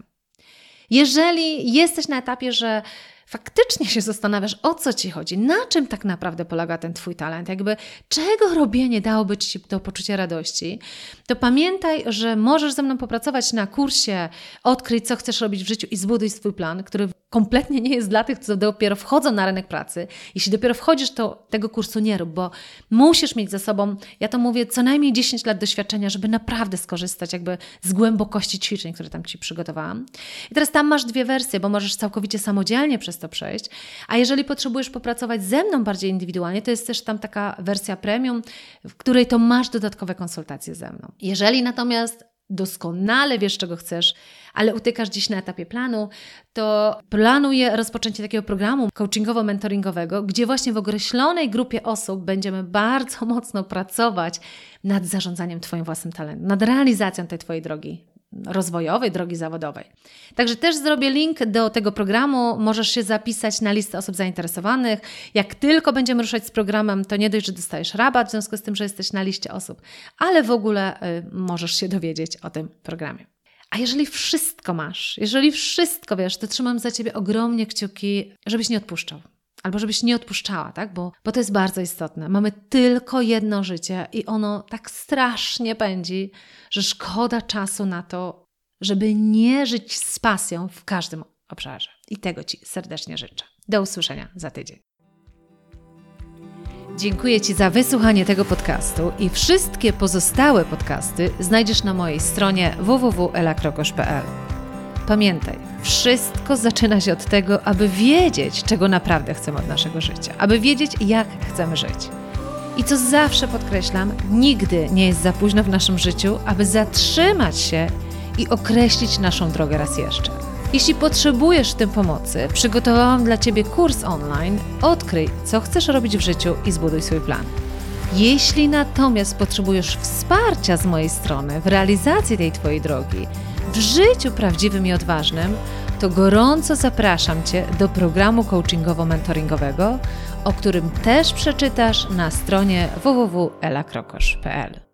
Speaker 1: Jeżeli jesteś na etapie, że faktycznie się zastanawiasz, o co Ci chodzi, na czym tak naprawdę polega ten Twój talent, czego robienie dałoby Ci to poczucie radości, to pamiętaj, że możesz ze mną popracować na kursie Odkryj, co chcesz robić w życiu i zbuduj swój plan, który kompletnie nie jest dla tych, co dopiero wchodzą na rynek pracy. Jeśli dopiero wchodzisz, to tego kursu nie rób, bo musisz mieć za sobą, ja to mówię, co najmniej 10 lat doświadczenia, żeby naprawdę skorzystać z głębokości ćwiczeń, które tam Ci przygotowałam. I teraz tam masz 2 wersje, bo możesz całkowicie samodzielnie przez to przejść, a jeżeli potrzebujesz popracować ze mną bardziej indywidualnie, to jest też tam taka wersja premium, w której to masz dodatkowe konsultacje ze mną. Jeżeli natomiast doskonale wiesz, czego chcesz, ale utykasz dziś na etapie planu, to planuję rozpoczęcie takiego programu coachingowo-mentoringowego, gdzie właśnie w określonej grupie osób będziemy bardzo mocno pracować nad zarządzaniem Twoim własnym talentem, nad realizacją tej Twojej drogi rozwojowej, drogi zawodowej. Także też zrobię link do tego programu, możesz się zapisać na listę osób zainteresowanych. Jak tylko będziemy ruszać z programem, to nie dość, że dostajesz rabat w związku z tym, że jesteś na liście osób, ale w ogóle możesz się dowiedzieć o tym programie. A jeżeli wszystko masz, jeżeli wszystko wiesz, to trzymam za Ciebie ogromnie kciuki, żebyś nie odpuszczał. Albo żebyś nie odpuszczała, tak? Bo to jest bardzo istotne. Mamy tylko jedno życie i ono tak strasznie pędzi, że szkoda czasu na to, żeby nie żyć z pasją w każdym obszarze. I tego Ci serdecznie życzę. Do usłyszenia za tydzień. Dziękuję Ci za wysłuchanie tego podcastu i wszystkie pozostałe podcasty znajdziesz na mojej stronie www.elakrokosz.pl. Pamiętaj, wszystko zaczyna się od tego, aby wiedzieć, czego naprawdę chcemy od naszego życia, aby wiedzieć, jak chcemy żyć. I co zawsze podkreślam, nigdy nie jest za późno w naszym życiu, aby zatrzymać się i określić naszą drogę raz jeszcze. Jeśli potrzebujesz w tym pomocy, przygotowałam dla Ciebie kurs online Odkryj, co chcesz robić w życiu i zbuduj swój plan. Jeśli natomiast potrzebujesz wsparcia z mojej strony w realizacji tej Twojej drogi, w życiu prawdziwym i odważnym, to gorąco zapraszam Cię do programu coachingowo-mentoringowego, o którym też przeczytasz na stronie www.elakrokosz.pl.